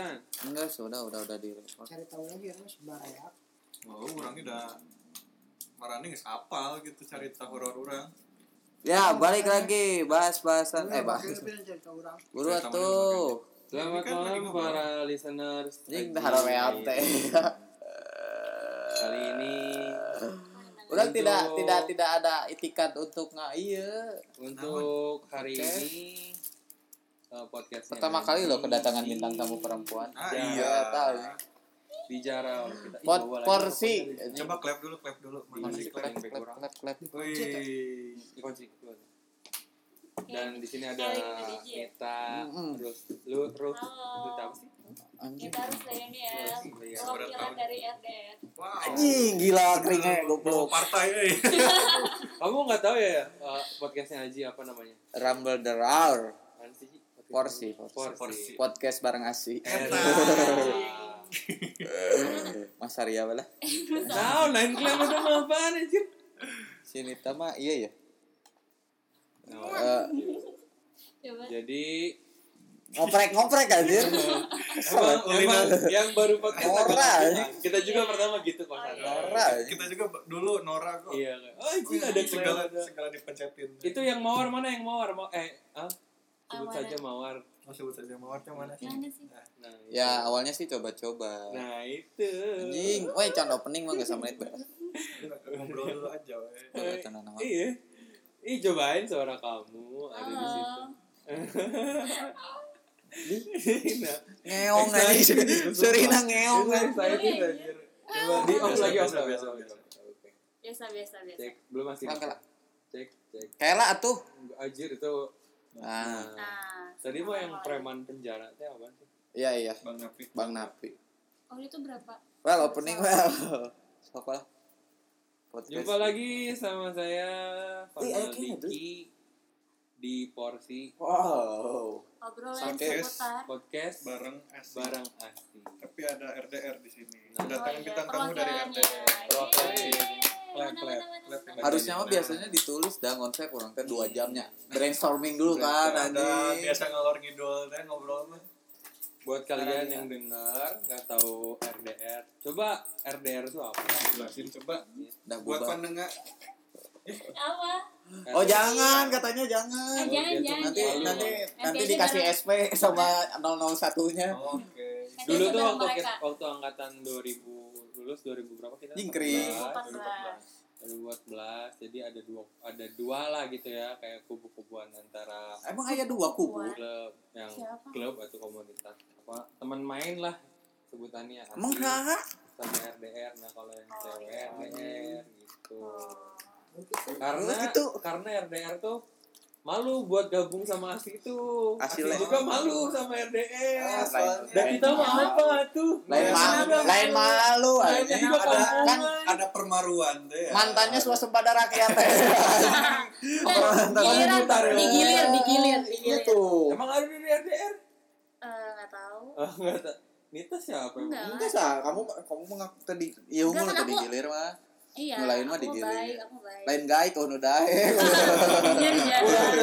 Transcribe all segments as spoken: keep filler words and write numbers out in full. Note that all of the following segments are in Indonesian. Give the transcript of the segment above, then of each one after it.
Kan? Enggak, sudah, udah, udah di record. Cari tahu lagi kan sebarang. Oh, orangnya udah marane geus apal gitu cari tahu horor urang. Ya, balik lagi bahas bahasan eh bahas. Cari tahu orang. Buru atuh. Selamat malam para listeners. Jing harap teh. Kali ini Udah Untuk- tidak tidak tidak ada itikat untuk nggak iya. untuk hari Podcast. ini uh, podcastnya Pertama kali loh di- kedatangan bintang tamu perempuan. Ah, Ya, iya. tahu. di Jarau kita. Ih, Pot bawa lagi porsi. rokoknya. Coba clap dulu, clap dulu. Di- Mana sih Klep clap? klep klep klep klep. Wih. Dikunci itu ada. Dan di sini ada Eling ada D J. Nita, Mm-mm. terus lu Ruth, Halo. lu tahu sih? Anjing. Kita harus layani ya. Iya. Perwakilan dari R D R. Wow. Anjing gila keringnya Bawa goblok. partai euy. Kamu nggak tahu ya uh, podcastnya Aji apa namanya? Rumble the Roar. Apaan sih, Ji? Podcast Porsi, apa? porsi. Porsi. Podcast bareng Asi. Eta. Mas Arya lah. Nah, lain klaim itu mah apaan anjir? Si Nita mah iya ya. Nah, Eh, Coba. jadi ngoprek-ngoprek anjir. emang, emang yang baru podcast Nora, kita, kita juga pertama gitu Pak. Oh, iya. Nora. Kita juga dulu Nora kok. Iya kan. Oh, anjir ada segala segala. segala dipencetin. Itu yang mawar mana yang mawar? Mau eh ah sebut Ah, saja mana? mawar. Oh, sebut saja mawarnya mana sih? Mana sih? Nah, Ya itu. awalnya sih coba-coba. Nah, itu. Anjing, woi contoh opening mah gak sama menit beres. Ngobrol dulu aja we. Coba contoh nama. Iya. Ih, cobain suara kamu ada di situ. Nah, Ngeong anjing. Surina ngeong Itu anjing. excited anjir. Coba di off Biasa, lagi off biasa, lagi, biasa, off lagi. biasa. Oke. Biasa biasa biasa. Cek, belum masih. Oke lah. Cek, cek. Kayak lah atuh. Anjir itu. Nah, Nah. Tadi mah yang preman penjara teh apa sih? iya iya. Bang Napi. Bang Napi. Oh itu berapa? Well, opening well. Sok lah. Podcast. Jumpa lagi sama saya Ih, ayo Fadal kayaknya tuh. Diki di Porsi Wow. Obrolan Podcast. seputar. Podcast Bareng Asi. bareng Asti. Tapi ada R D R di sini. Nah. Kedatangan Oh, iya, bintang tamu dari R D R. perwakilannya. Perwakilan. Yeay. Clap, Mana, clap, mana, mana, clap. mana. Harusnya mah biasanya ditulis dah konsep orang teh dua jamnya. Brainstorming dulu kan Ada anjing. biasa ngalor ngidul teh ngobrol mah. Buat kalian Caranya. yang dengar nggak tahu R D R, coba R D R itu apa? Jelasin coba Dah buat bubar. pendengar. Apa? Oh jangan, katanya jangan. Ah, jangan, gitu. jangan, Nanti jangan. nanti Nanti nanti aja dikasih bareng. S P sama nol nol satu-nya. Oke. Nanti Dulu aja tuh bareng waktu mereka. kita- waktu angkatan dua ribu lulus dua ribu berapa kita? Jingkring. empat belas. empat belas. dua ribu empat belas. Jadi ada dua ada dua lah gitu ya, kayak kubu-kubuan antara Emang aya dua kubu? Wah. klub yang Siapa? klub atau komunitas apa teman main lah sebutannya. Emang Asli. ha? Sama R D R. Nah kalau yang Oh, cewek iya. R D R gitu. Oh. Karena gitu. karena R D R tuh malu buat gabung sama Asi itu. Asi Hasilnya. juga malu sama R D R. Lain- Dan kita mah apa tuh? Lain Iya, malu, iya. lain malu Lain anjing. juga Ada kan kampungan. Ada permaruan teh. ya. mantannya swasembada rakyat teh. Giliran, Bentar ya. digilir, digilir, digilir. Gitu. Emang ada di R D R? Eh, nggak tahu. Oh, enggak tahu. Nita siapa emang? Enggak. Enggak sah, kamu kamu mengaku tadi iya Enggak, umur kan tadi aku- gilir mah. Iya. Nu lain mah aku digilir. baik, aku baik. Lain gaik tuh nu dae. Iya, iya.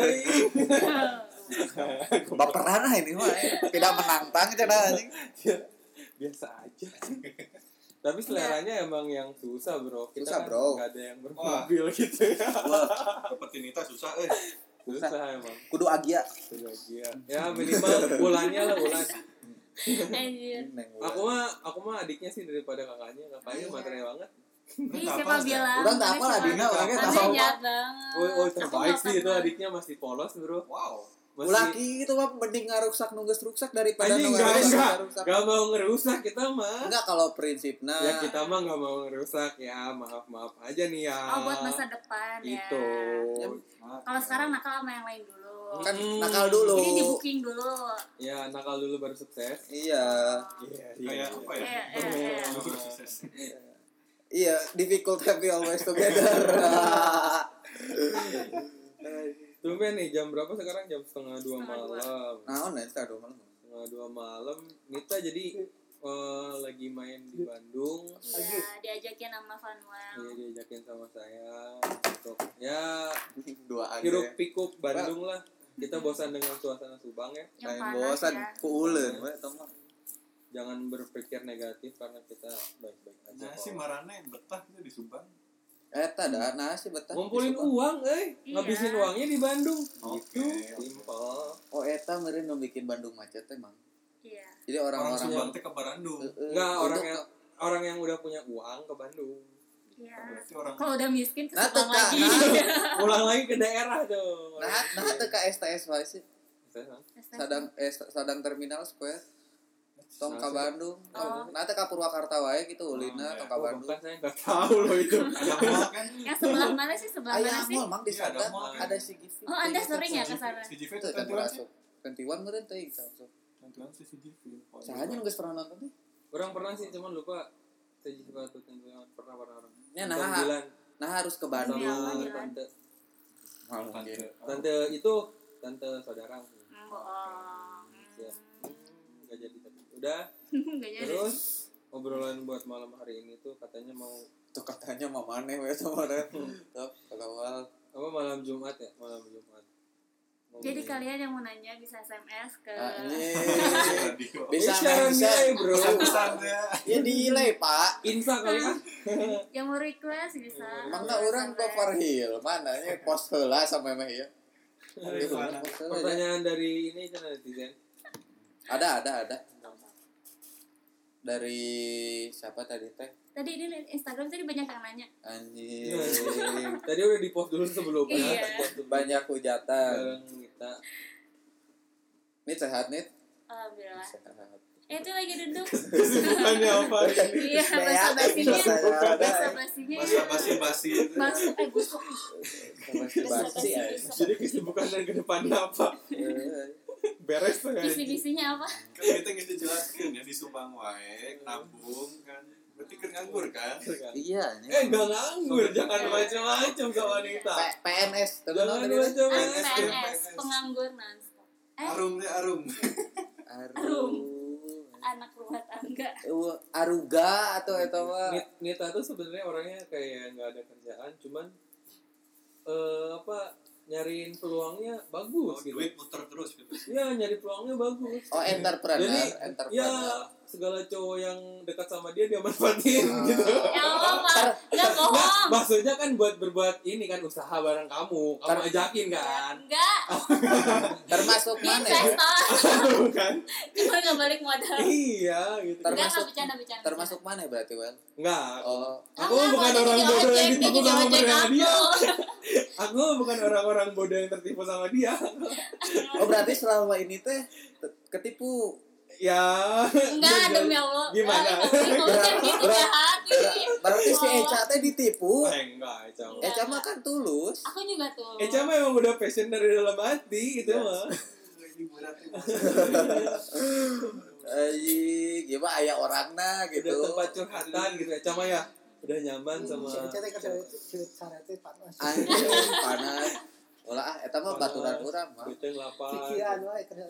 Baperan ah ini mah. Tidak menantang cenah anjing. Biasa aja. Tapi seleranya emang yang susah, Bro. Kita Susah, kan bro. nggak ada yang bermobil gitu ya. Dapetin Nita susah euy. Susah emang. Kudu agia. Bahagia. Ya minimal bulannya lah bulan. Anjir. Aku mah aku mah adiknya sih daripada kakaknya. Kakaknya materi banget. Ih, Apa, siapa Ustaz? bilang? Udah tak apa lah Dina orangnya Tapi tahu. jahat banget. Oh, oh Aku terbaik nggak sih itu pernah. adiknya masih polos, Bro. Wow. Masih Ulaki itu mah mending ngaruksak nunggus ruksak daripada anjing nu enggak ngaruksak enggak. ngaruksak. Enggak mau ngerusak kita mah. Enggak kalau prinsipnya. Ya kita mah nggak mau ngerusak ya, maaf maaf aja nih ya. Oh, buat masa depan ya. Itu. Ya, Kalau sekarang nakal sama yang lain dulu. kan Hmm. nakal dulu. Jadi di booking dulu. Ya nakal dulu baru sukses. Iya. Iya Kayak apa ya? Iya, iya, iya. Baru sukses. Iya, difficult happy always together. Tumben nih jam berapa sekarang? Jam setengah dua Setengah dua. malam. Nah, online start dong malam. Setengah dua malam. Nita jadi eh, lagi main di Bandung. Iya, diajakin sama Vanuel. Dia diajakin sama saya untuk ya Dua aja. hiruk pikuk Bandung lah. Kita bosan dengan suasana Subang ya. Yang Lain panas bosan ya. ku uleuh we eta mah. jangan berpikir negatif karena kita baik-baik aja. Nah kok. si Marane betah gitu di Subang. Eta dah nah sih betah. Ngumpulin uang, eh Iya. ngabisin uangnya di Bandung. Oke, Gitu, oke. simpel. Oh eta meureun nu bikin Bandung macet emang. Iya. Jadi Orang orang-orang Subang teh ke Bandung. Heeh, Enggak, orang untuk- yang orang yang udah punya uang ke Bandung. Iya. Berarti orang Kalau udah miskin ke Nah, Subang teka, lagi. nah. Pulang lagi ke daerah tuh. Nah, nah teu ka S T S wae sih. Saya- Sadang eh Sadang Terminal Square. Tong ka Nah, Bandung. Oh. Nah teu ka Purwakarta wae gitu ulina Oh, tong ka Oh, Bandung. bahkan saya nggak tahu loh itu. ada mall kan? Yang sebelah mana sih? Sebelah mana Aya sih? mall mang di Iya, ada sana mall. ada si Givi. Oh, Anda sering ya ke sana? C G V Itu itu kan tentuan sih. masuk. Tentiwan meureun teuing masuk. Tentuan sih C G V. Sahanya nu geus pernah nonton teh? Orang pernah sih, cuman lupa. Saya juga tuh tentunya pernah pernah orang. Ya, nah. Nonton Dilan Nah harus ke sama Bandung. Iya, Dilan. tante. Malu Tante. gitu. Tante itu tante saudara. Hmm, bohong. Siap. Hmm, Nggak jadi tapi. Udah. Nggak jadi. Terus obrolan buat malam hari ini tuh katanya mau Tuh katanya mah maneh we kemarin. Tuh awal. apa malam Jumat ya, malam Jumat. Mau Jadi ini. kalian yang mau nanya bisa S M S ke Anjing. Radio. Bisa Eh, siaran bisa. nilai, bro. Pesan ya. Ya delay, Pak. Insa kali ah. yang mau request bisa. Mangga orang ke Farhil, mana nya pos heula sampai mah ya. Dari mana? Pertanyaan dari ini kan netizen. Ada, ada, ada. Dari siapa tadi teh? Tadi ini liat Instagram tadi banyak yang nanya. Anjing. Tadi udah di post dulu sebelumnya. Iya. Post dulu. Banyak hujatan. Bareng kita. Nit sehat, Nit? Alhamdulillah. Sehat. Eh itu lagi duduk. Kesibukannya apa? Iya, bahasa basinya. Bahasa basinya. Masa basi-basi itu. Masuk eh busuk. Masih basi ya. Jadi kesibukan dan kedepannya apa? Beres tuh kan. Visi-visinya apa? Kan kita nggak dijelaskan ya di Subang wae, nabung kan. Berarti kan nganggur kan? Iya, Eh gak nganggur, jangan macam-macam sama wanita. P- PNS, terus Jangan tadi teh? macam Anu P N S, P N S, P N S. penganggur nonstop. Eh, Arum deh arum. Arum. anak rumah tangga. Uh, Aruga atau eta mah Nit- Nita tuh sebenarnya orangnya kayak nggak ada kerjaan, cuman eh apa nyariin peluangnya Oh, bagus gitu. duit muter terus gitu. Iya nyari peluangnya bagus. oh entrepreneur, Jadi entrepreneur. ya segala cowok yang dekat sama dia dia manfaatin Ah. gitu. Ya Allah, Pak. Enggak Nah, bohong. maksudnya kan buat berbuat ini kan usaha bareng kamu, kamu Ter- ajakin kan? Enggak. Termasuk Dia mana ya? investor. kan? Cuma enggak balik modal. Iya gitu. Enggak, Termasuk- enggak bercanda-bercanda. Termasuk mana berarti, Wel? Enggak. Oh, Aku bukan orang bodoh yang ditipu sama mereka dia. Aku bukan orang-orang bodoh yang tertipu sama dia. oh berarti selama ini teh te- ketipu. Ya. Enggak, demi Allah. Gimana? Eh, ngomongnya gitu Berat- jahat ini. Berarti si Oh. Eca teh ditipu. Eh, enggak, Eca. mah. Eca mah kan tulus. Aku juga tuh. Eca mah emang udah passion dari dalam hati gitu Ya. mah. Lagi berat ini. Aji, gimana aya orangna gitu. Udah tempat curhatan gitu Eca mah ya. Udah nyaman sama. Si Ece teh kerja itu cuit sarete panas. Anjing panas. Ulah ah eta mah baturan urang mah. Beteng lapar. Pikiran wae kerja.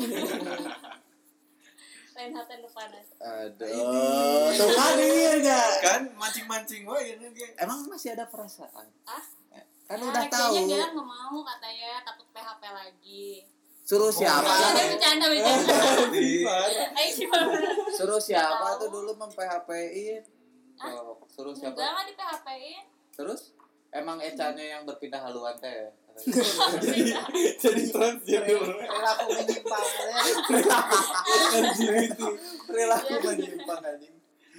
Lain hati nu panas. Aduh, tuh kan iya enggak? Kan mancing-mancing wae ini ge. Emang masih ada perasaan? Ah? Kan Ya, udah tahu. kayaknya Gilang nggak mau katanya, takut P H P lagi. Suruh siapa? Bercanda, bercanda, bercanda. Iya. Ayo gimana? Suruh siapa Nggak tuh tahu. dulu mem-P H P-in? Hah? Oh, suruh Enggak, siapa? nggak di P H P-in. Terus emang Ecanya yang berpindah haluan teh? Jadi transgender. Perilaku menyimpang. Perilaku menyimpang anjing.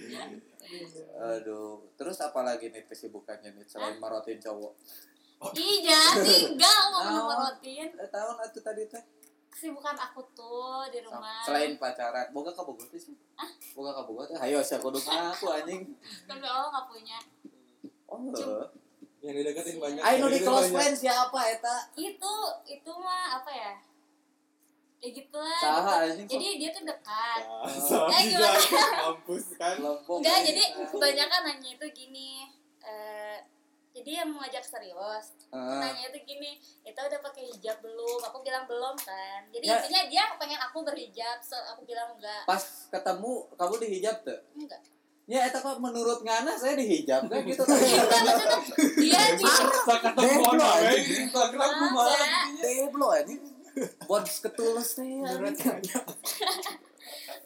Aduh, terus apa lagi nih kesibukannya nih selain marotin cowok? Ih, jadi enggak mau Naon? merotin. Eh, tahun atuh tadi teh. Kesibukan aku tuh di rumah. Selain pacaran, boga ka boga teh sih? Boga ka boga teh. Hayo sia kudu ngaku anjing. Kan Allah nggak punya. Oh. Yang dideketin banyak. Ayo nu di Yang close deketin friend siapa eta? Itu, itu mah apa ya? Ya gitu lah. Saha gitu. anjing. Jadi dia tuh dekat. banyak. Eh, gimana? Mampus kan. Lombok. Enggak, jadi kebanyakan nanya itu gini. Eh, jadi yang mau ngajak serius. Heeh. Nanya itu gini, kita udah pakai hijab belum? Aku bilang belum kan. Jadi Ya. intinya dia pengen aku berhijab, so aku bilang enggak. Pas ketemu kamu dihijab tuh. Enggak. Ya eta kok menurut ngana saya dihijab kan gitu Enggak, maksudnya dia juga Sakit Deblo, telepon aja anjing. di Instagram kumaha. Deblo anjing. Bons ketulus teh anjing.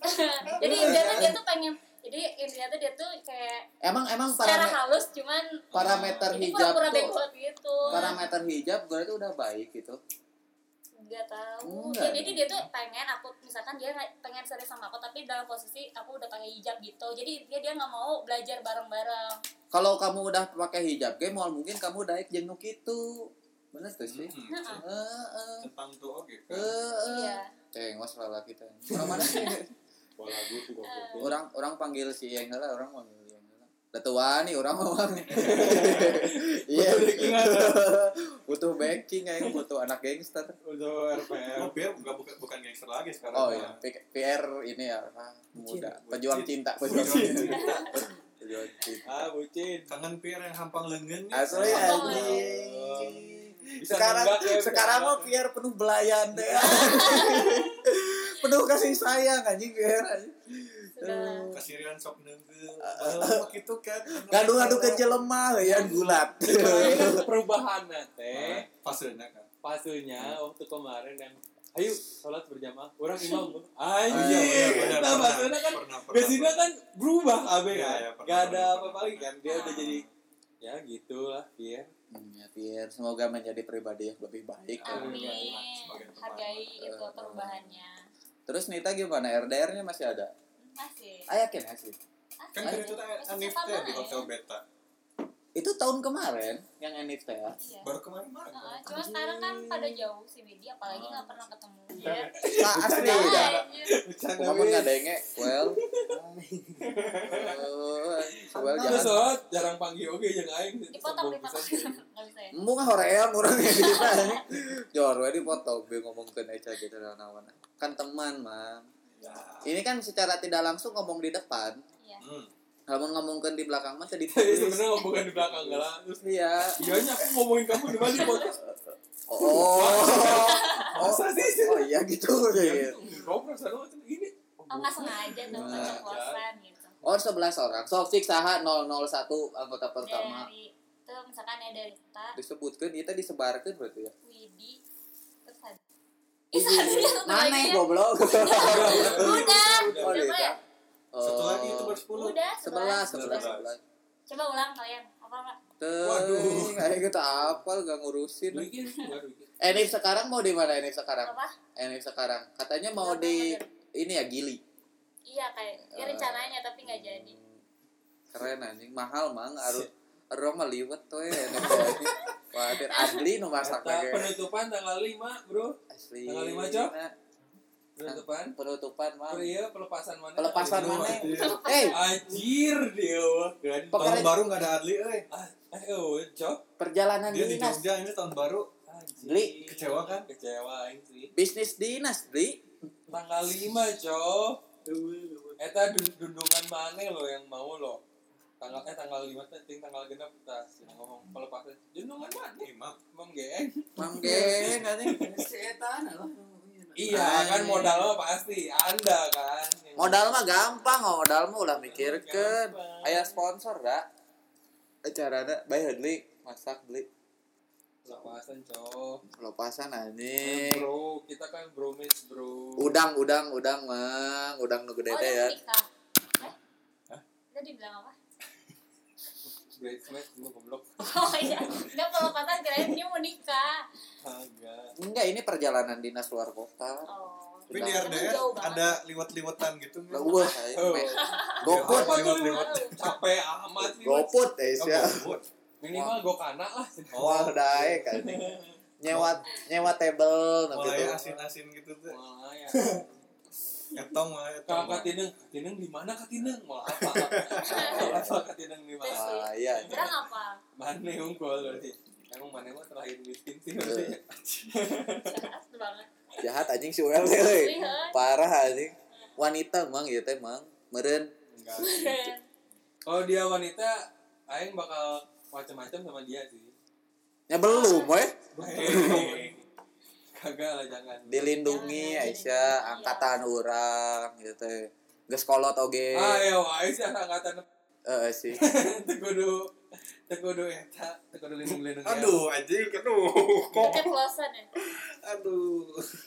Jadi intinya dia tuh pengen, jadi intinya tuh dia tuh kayak Emang emang secara parameter halus cuman parameter jadi hijab pura-pura tuh- bego gitu. parameter hijab berarti udah baik gitu. Nggak tahu. Enggak. Ya, jadi dia tuh pengen aku, misalkan dia nggak- pengen serius sama aku tapi dalam posisi aku udah pakai hijab gitu. Jadi dia dia nggak mau belajar bareng-bareng. Kalau kamu udah pakai hijab ge moal mungkin kamu daek jeung nu kitu. Bener tuh sih. Hmm, Heeh. Heeh. tentang tuh oke kan. Heeh. Iya. Cengos lah kita. Orang mana sih? Pola gue tuh goblok. orang orang panggil si yang lah orang panggil yang lah. Datua nih orang ngomong. Iya. Butuh backing aing butuh anak gangster. Untuk R P M. Oh, biar bukan bukan bukan gangster lagi sekarang. Oh mah. iya, P- PR ini ya, apa? Muda, Bucin. pejuang cinta, pejuang Bucin. cinta. Pejuang cinta. Ah, bucin. Kangen Pierre yang hampang lengan. Asli Oh, anjing. Bisa Sekarang nunggak ya, bisa sekarang mah nunggak. Pierre penuh belayan deh. Penuh kasih sayang anjing Pierre. anjing. Sudah. Kasirian sok neungeul. Oh, gitu kan. Ngadu-ngadu ke jelema ya gulat. Perubahan teh. Fasenya kan. Fasenya waktu kemarin yang ayo sholat berjamaah orang imam Oh, anjing iya, iya, benar, nah pernah, maksudnya kan pernah, pernah, biasanya pernah. kan berubah abe Iya, kan iya, pernah, gak ada pernah, apa-apa pernah. lagi kan dia udah jadi ya gitulah dia Hmm, ya Pierre, semoga menjadi pribadi yang lebih baik. Amin. Sebagai teman. Hargai itu perubahannya. Terus Nita gimana? R D R-nya masih ada? Masih. Ah, yakin masih? Kan Masih. itu teh Masih Anif suka teh di banget hotel ya. beta. Itu tahun kemarin yang Enif teh ya. Iya. Baru kemarin malam. Heeh, cuma sekarang kan pada jauh si Widi, apalagi nggak pernah ketemu dia. Ah, asli Nah, ya. anjir. Kamu ngadenge, well, oh, well terus jangan. sholat jarang panggil oke jangan aing Dipotong, sombong dipotong. pisan. Nggak bisa ya. Embung hoream urang ya kita. Jor we dipotong be ngomongkeun aja gitu naon. Kan teman, Mang. Ya. Ini kan secara tidak langsung ngomong di depan. Iya. Hmm. Lamun ngomongkeun di belakang mah tadi Tapi sebenarnya bukan di belakang enggak lah terus Iya. iyanya aku ngomongin kamu di mana di podcast Oh. Oh, Masa sih? oh iya gitu. iya kau perasaan lu tuh ini Oh nggak sengaja tuh Nah. keceplosan gitu. Oh, sebelas orang. Sok sik saha nol nol satu anggota pertama. Dari itu misalkan ya dari kita, Disebutkeun itu disebarkeun berarti ya. Widi, terus ada. Ih satu dia satu lagi Mana ya. goblok? Udah. Oh, Coba Dita. ya. Satu lagi itu baru sepuluh. Udah sebelas, sebelas. sebelas, sebelas. Coba ulang kalian. Apa enggak? Waduh. Tuh, kayak kita apal gak ngurusin. bikin enggak bikin Enif sekarang mau di mana Enif sekarang? Apa? Enif sekarang katanya mau Nggak di tahu, ini ya Gili. Iya kayak ya rencananya tapi nggak jadi. Keren anjing, mahal mang. Aru aru mah liwet tuh ya. Enif ya. Wadir adli nu masak Eta lagi. penutupan tanggal lima bro Asli. Tanggal lima, Cok? Nah, penutupan penutupan mang. oh iya pelepasan mana Pelepasan Aduh, mana? anjir. Eh, Anjir dia wah kan Pokoknya- Tahun baru nggak ada Adli, eh. ah eh oh cok perjalanan Dia di dinas. Jogja ini tahun baru. Anjir. Beli. Kecewa kan? Kecewa aing sih Bisnis dinas, Bli. tanggal lima cok eta dun- dundungan mana lo yang mau lo tanggal eh tanggal lima teh ting tanggal genap tas yang ngomong pelepasan dundungan mana Imam. emang geng Mang geng anjing. iya kan Anjing. modal mah pasti anda kan yang- Modal mah gampang, oh, modal mah ulah mikirkeun. Gampang. Aya sponsor da. Acarana bayar beli, masak beli. pelepasan cok Lepasan anjing. bro kita kan bromance bro Udang, udang, udang, Mang. Udang nu gede Oh teh udah ya. nikah. Eh? Hah? Tadi bilang apa? bridesmaid semua goblok Oh iya. Enggak pelepasan kirain dia mau nikah. agak Enggak, ini perjalanan dinas luar kota. Oh. Tapi di Udah. R D R Jauh banget. ada liwet-liwetan gitu nggak? Lah wah, Oh. goput, apa tuh Lewat-lewat. capek amat sih goput eh Oh, sia. goput. minimal go kana lah Wah, daek kan. Nyewa nyewa table nu Mulai gitu. asin-asin gitu tuh. Malah ya Etong mah kalau etong. katineng katineng di mana katineng mau apa apa katineng di mana Ah, iya. iya. Sekarang apa? mana unggul berarti emang mana mah terakhir miskin sih berarti Jahat banget. Jahat anjing si Wel teh euy. Lihat. Parah anjing. Wanita mang ieu teh mang. Meureun. enggak sih. Kalau dia wanita aing bakal macam-macam sama dia sih Ya belum we. Hei. kagak lah jangan Dilindungi Jangan, Aisyah, jadi- angkatan urang gitu teh. Geus kolot oge. ayo Aisyah angkatan Heeh sih. tekudu tekudu eta tekudu lindung-lindung Aduh, anjing, aduh. Kok Keceplosan ya. aduh. Tapi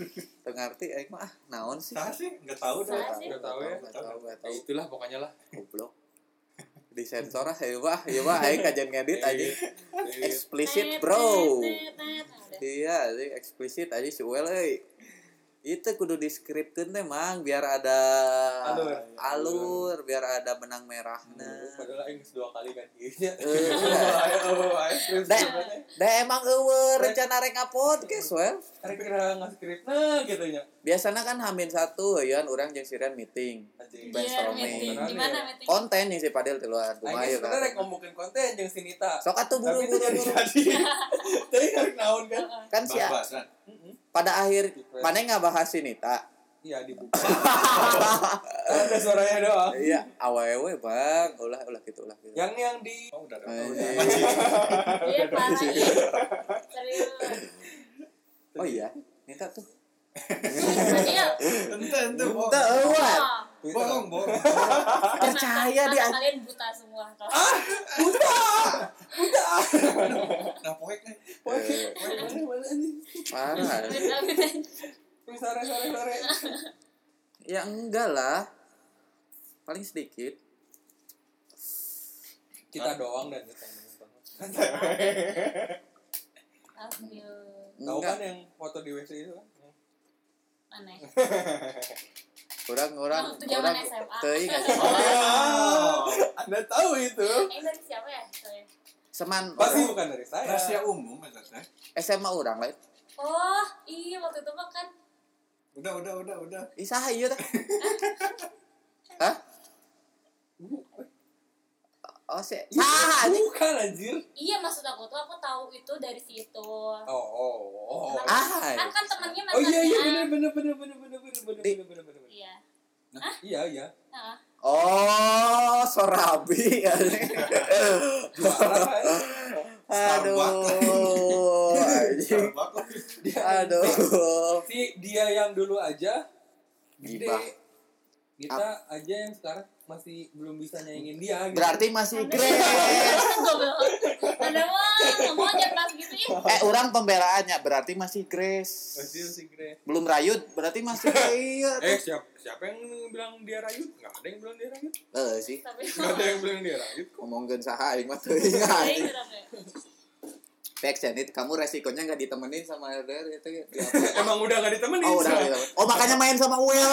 teu ngarti aing mah ah naon sih? Saha sih? Enggak tahu dah. Saha sih? Nggak tahu ya. Nggak tahu, nggak Ya tahu. itulah pokoknya lah. Goblok. Di sensor ah ya mah, ya mah aing kajian ngedit aja. Eksplisit, bro. Tet, tet, tet, tet. Iya, sih eksplisit aja si Uel euy. Itu kudu diskripkeun teh mang biar ada Alur. alur, biar ada benang merahna. Padahal aing geus dua kali kan ieu nya. Eh, Oh, aing Da, da emang eueuh rencana rek ngapodcast Wel. Hari kira ngaskripna gitu nya. Biasana kan hamin satu heuyeun urang jeung sirean meeting. Anjing. Biar Brainstorming. meeting. Di mana meeting? Konten nih si Padel di luar rumah Aing ya sebenarnya rek kan. ngomongin konten jeung si Nita. Sok atuh Tapi itu buru-buru jadi buru. jadi. Tadi hari naon kan? Kan sia Bahas-bahasan. Heeh. pada akhir mana ngabahas si Nita. Iya dibuka. Ada suaranya doang. Iya, awewe Bang. Ulah ulah gitu ulah gitu. Yang yang di Oh, udah. Eh, udah. Iya, parah. Serius. Oh iya, Nita tuh. Iya. Ente ente bohong. Teu eueuh. Oh, Bohong, bohong. Percaya mata dia. kalian buta semua. Nah, poeknya. Eh, mana mana anjing. Parah. Wih, sore sore sore. Ya enggak lah. Paling sedikit. Kita doang dan kita nonton. Alhamdulillah. Tahu kan Enggak. yang foto di W C itu kan? Aneh. Orang-orang Waktu zaman orang S M A. teuing Oh, aja. ya. Anda tahu itu? Ini dari siapa ya? Saya. Seman Pasti orang bukan dari saya. Rahasia umum maksudnya. S M A orang lain. Oh, iya waktu itu mah kan Udah, udah, udah, udah. Ih saha ieu teh? Hah? Oh, si saha anjing? Bukan anjir. iya maksud aku tuh aku tahu itu dari situ. Oh, oh, oh. Ah. Kan kan temannya Oh iya iya mantannya. benar benar benar benar benar benar benar Di- benar benar benar. Iya. Iya iya. Heeh. Oh, Sorabi. Juara kan? Aduh. Anjing. Starbucks. Dia Aduh. si dia yang dulu aja gede. Gibah. Kita aja yang sekarang masih belum bisa nyaingin dia gitu. Berarti masih grace. Goblok. Ada mah ngomong aja kelas gitu ya. Eh, orang pembelaannya berarti masih grace. masih masih gede. Belum rayut, berarti masih iya. Eh siapa siapa yang bilang dia rayut? Enggak ada yang bilang dia rayut. Eh sih, Tapi Enggak ada yang bilang dia rayut kok. ngomongin saha aing mah teu Aing ingat. gerak ya. Pek Janit, kamu resikonya enggak ditemenin sama R D R itu ya. Emang udah enggak ditemenin. Oh, udah gitu. Oh, makanya main sama Uel.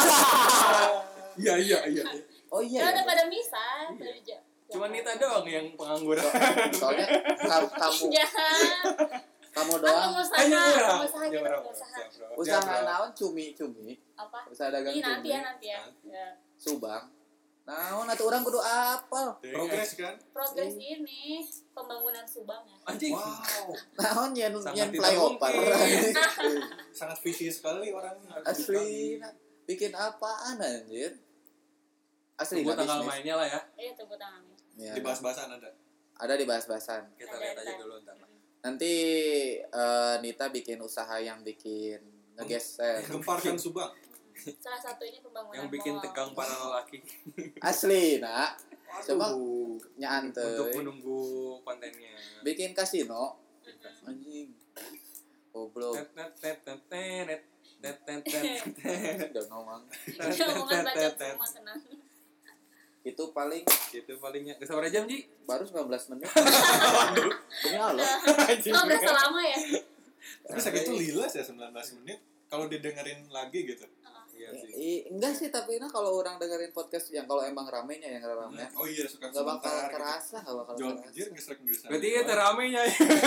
Iya iya iya. Oh Ya iya. udah iya. pada misah Iya. dari jam. Cuma Nita doang yang pengangguran. Soalnya ka- kamu Jangan. kamu Kan doang pengusaha, Hanya murah. pengusaha Ya, gitu, murah, pengusaha. siap, bro. usaha Siap, bro. naon cumi-cumi. Apa? Usaha dagang Ih, nanti cumi. ya nanti ya. Ya. Subang. Naon atuh urang kudu apal. Progres kan? Progres ini pembangunan Subang ya. Anjing. Wow. Naon yen Sangat yen tidak flyover. mungkin. Sangat visi sekali orangnya. Asli bikin apaan anjir? Asli Tunggu nah, tanggal bisnis. mainnya lah ya. Iya tunggu tangannya. Ya, Dibahas-bahasan ada. ada di bahas-bahasan. Kita Ada, lihat aja ada. dulu ntar. Nanti eh, Nita bikin usaha yang bikin ngegeser. Gemparkan Subang. Salah satunya pembangunan Yang bikin mall. tegang para lelaki Asli, nak. Coba Aduh. nyante. untuk menunggu kontennya. Bikin kasino. Anjing. Goblok. Tet, tet, tet, tet, tet, tet, tet, tet, tet. Udah ngomong. Dia omongan bacot semua tenang. Itu paling Itu palingnya. Udah berapa jam, Ji? baru sembilan belas menit. Ini halo. Oh berasa lama ya? Tapi segitu lilas ya sembilan belas menit. Kalau didengerin lagi gitu. Iya sih. I- enggak sih, tapi nah kalau orang dengerin podcast yang kalau emang ramenya yang rame Oh iya, suka nggak bakal sebentar. kerasa, nggak bakal Jual kerasa. anjir gesrek-gesrek. Berarti itu ramenya.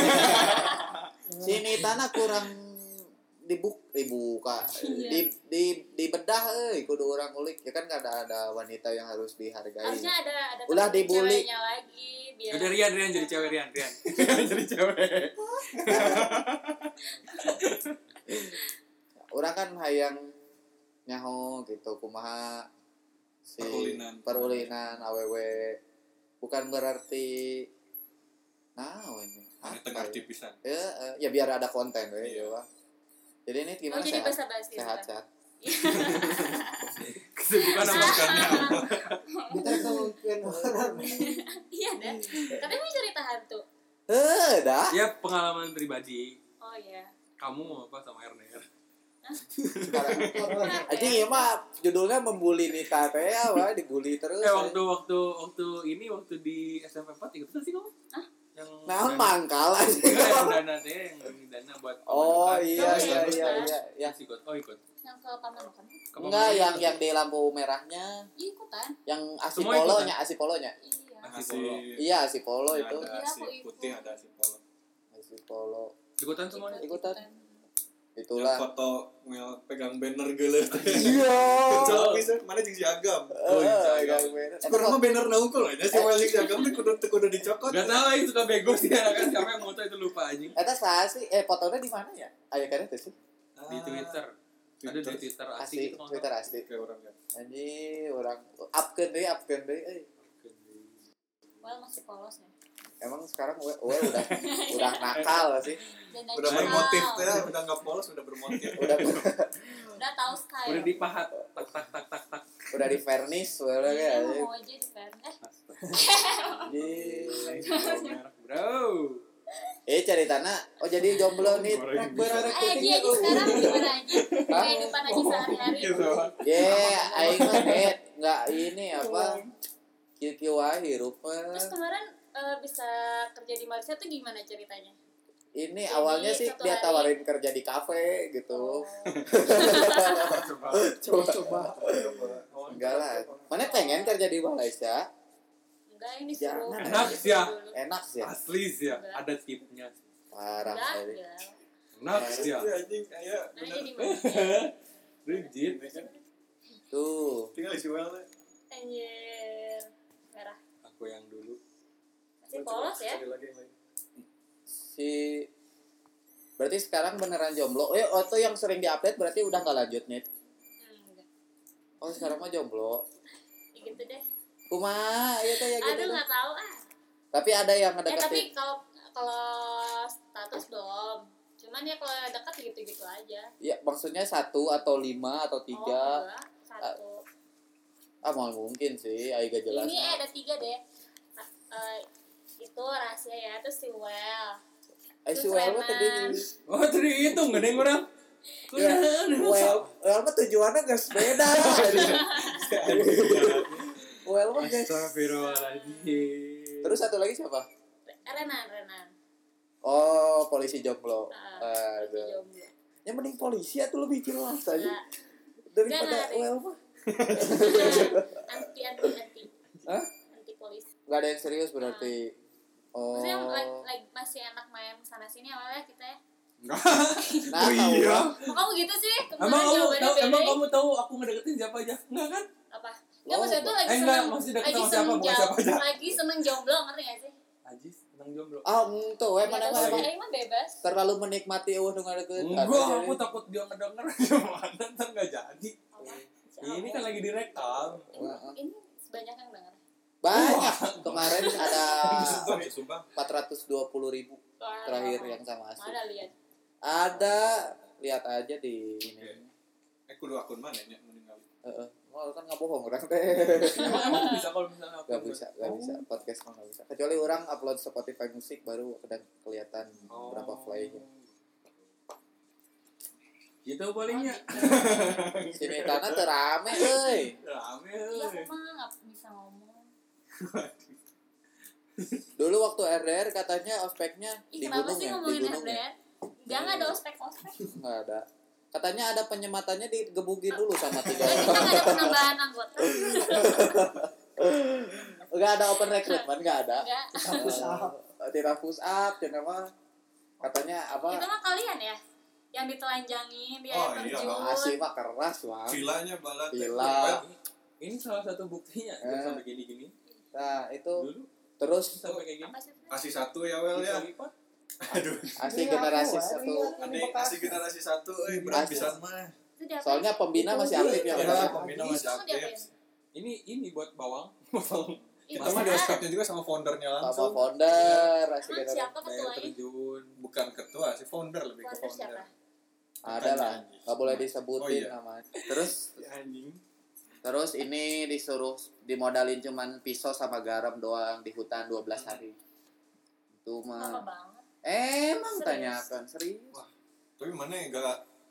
Si Nitana kurang dibuk dibuka Iya. di di di bedah euy kudu orang ulik ya kan nggak ada ada wanita yang harus dihargai. Harusnya ada ada Ulah temen dibully. ceweknya lagi biar. Udah Rian, Rian jadi cewek Rian, Rian. jadi cewek. Orang kan hayang nyaho gitu kumaha si Perulinan. perulinan awewe bukan berarti nah ini Ini tengah tipisan. ya, eh, ya biar ada konten we Iya. ya. Jadi ini Oh gimana jadi sehat basa-basi. sehat sekarang. sehat. Kesibukan sama Bukannya apa? Kita kemungkinan orang Iya deh. Katanya mau cerita hantu. Eh dah. Ya pengalaman pribadi. Oh iya. Kamu mau apa sama R D R? Sekarang anjing ieu mah judulnya membuli Nita teh ya, wah dibully terus. Eh waktu waktu waktu ini waktu di S M P empat ikut sih kamu? Hah? Yang Naon mangkal Enggak, yang aja. dana deh, yang dana buat Oh pemasukan. iya Oh, iya iya, iya iya. iya ya. Masih ikut. Oh ikut. Yang ke Paman kan? Ke Enggak Paman yang ikut. yang di lampu merahnya, Ikutan. yang Semua ikutan? asipolonya, asipolonya. Iya. Masih polo. Iya, asipolo itu. Ada Iya, si aku ikut. putih, ada si polo. Asipolo. Ikutan semuanya. Ikutan. Yang Itulah. foto Mel pegang banner geuleuh teh. Iya. Kencang bisa mana jeung si Agam. Oh iya, iya. Kurang mah banner na unggul aja si Mel jeung si Agam teh kudu kudu dicokot. Gak tau lagi suka bego sih kan siapa yang moto itu lupa anjing. Eta saha sih? Eh, fotonya di mana ya? Aya kana teh sih? Di Twitter. Ada di Twitter asli Asli, gitu. Twitter asli. Kayak orang ya. Anjing, orang upkeun deui, upkeun deui euy. Well masih polos ya. Emang sekarang gue, gue udah udah nakal sih. Dan Udah natural. bermotif teh, udah enggak polos, udah bermotif. Udah Udah tahu style. Udah dipahat tak tak tak tak tak. udah di vernish udah Iya, kayak. mau aja di fan. Eh, Anjing. Bro. Eh ceritana, oh jadi jomblo nih. Goreng Berarek eh Aji aja sekarang gimana Aji? Kehidupan Aji sehari-hari. Gitu. Ye, aing mah net enggak ini apa? Kieu-kieu wae hirup mah. Terus kemarin eh, bisa kerja di Malaysia tuh gimana ceritanya? Ini Jadi, awalnya sih satu dia hari- tawarin kerja di kafe gitu. Oh. Coba coba. Enggak lah. Mana pengen kerja di Malaysia? Enggak, ini suruh. Jangan. Enak sih ya. Enak sih ya. Asli sih ya. Ada tipnya. Parah Enggak, kali. enggak. Enak sih ya. Iya anjing kayak Nah, bener. jadi Malaysia. Rigid. Tuh. Tinggal isi well teh. Anjir. Merah. Aku yang dulu. Masih polos ya? Sekali lagi, lagi. Si berarti sekarang beneran jomblo. Eh, oh tuh yang sering diupdate berarti udah nggak lanjut nih. Hmm, enggak. Oh sekarang mah jomblo. Ya gitu deh. Kumaha ya tuh ya gitu. Aduh, tuh. enggak tahu ah. Tapi ada yang Eh, tapi ngedeketin. kalau kalau status belum. Cuman ya kalau dekat gitu-gitu aja. Ya maksudnya satu atau lima atau Oh, tiga. enggak. Satu. Ah mau mungkin sih, ayo gak jelas. Ini eh, ada tiga deh. Nah, eh, itu rahasia ya. Terus si Well. Eh si terus Well mah Renan. tadi. Oh tadi itu nggak ada yang orang. Ya, Well, Well mah tujuannya gak sepeda. Well mah guys. Astagfirullahaladzim. Terus satu lagi siapa? Renan, Renan. Oh, polisi jomblo. Ah, Aduh. jomblo. Yang mending polisi atau lebih jelas aja Enggak. daripada Jangan, Rik. Well mah. anti anti anti. Hah? Anti polisi. Gak ada yang serius berarti. Oh. Maksudnya like, like masih enak main sana sini awalnya kita ya. Nah, Oh iya. Kok kamu gitu sih? Kemarin Emang kamu jawabannya tahu? beda. Emang kamu tahu aku ngedeketin siapa aja? Enggak kan? Apa? Oh, Ya maksudnya tuh lagi eh, enggak, seneng, maksudnya deket lagi sama siapa, seneng bukan jam- siapa aja. lagi seneng jomblo, ngerti gak sih? Ajis, tenang jomblo. Ah, tuh, we Ya, mana terus emang Aing mah bebas. terlalu menikmati eueuh nu ngadekeut. Enggak, aku takut dia ngedenger gimana ntar nggak jadi. Apa? Ini kan lagi direkam. Ini, ini sebanyak yang denger. banyak. Kemarin ada Sumbang, sumbang. empat ratus dua puluh ribu Wah, terakhir yang sama Asli. Mana lihat? Ada, lihat aja di ini. Eh kudu akun mana nya meninggal. Heeh. Oh, kan nggak bohong orang teh. Emang emang bisa kalau misalnya aku Gak bisa, gak bisa. Podcast mah gak bisa. Kecuali orang upload Spotify musik baru kadang kelihatan Oh. berapa play-nya. Gitu palingnya. Si Metana teu rame euy. Rame. Iya, euy. aku mah nggak bisa ngomong. Dulu waktu R D R katanya ospeknya Ih, di kenapa gunung sih ya, di ngomongin gunung R D ya. R? Enggak, nggak ada ospek-ospek. Nggak ada. Katanya ada penyematannya digebukin dulu sama tiga Eh, kita orang. nggak ada penambahan anggota. Nggak ada open recruitment, nggak ada. Enggak. Push up. Eh, Tidak push up, cina mah katanya Itu apa? mah kalian ya? Yang ditelanjangin di Oh, air iya, terjun. Bang. Asli mah keras, Bang. Vilanya balat. Villa. Ini salah satu buktinya Eh. eh. sampai gini-gini. Nah, itu Dulu terus sampai kayak gini. Apa sih? Kasih satu ya well ya. Bisa lipat. Aduh. asli Ini generasi aku, satu. lihat ini Adik bekas. kasih generasi satu, eh berat Asli. pisan mah. Itu diapain? Soalnya pembina masih aktif ya, Iya, Bang. pembina masih Itu diapain? aktif. Ini ini buat bawang. Bawang. Kita mah di oskapnya juga sama foundernya Sama langsung. founder, asli Emang generasi. siapa Air ketuanya? terjun. Bukan ketua sih, founder lebih ke Founder founder. siapa? Ada lah, nggak boleh disebutin Oh, iya. namanya. Terus Anjing. Terus ini disuruh dimodalin cuman pisau sama garam doang di hutan dua belas hari. Itu Lama mah. banget. Emang Serius? tanyakan serius. Wah. Tapi mana ya gak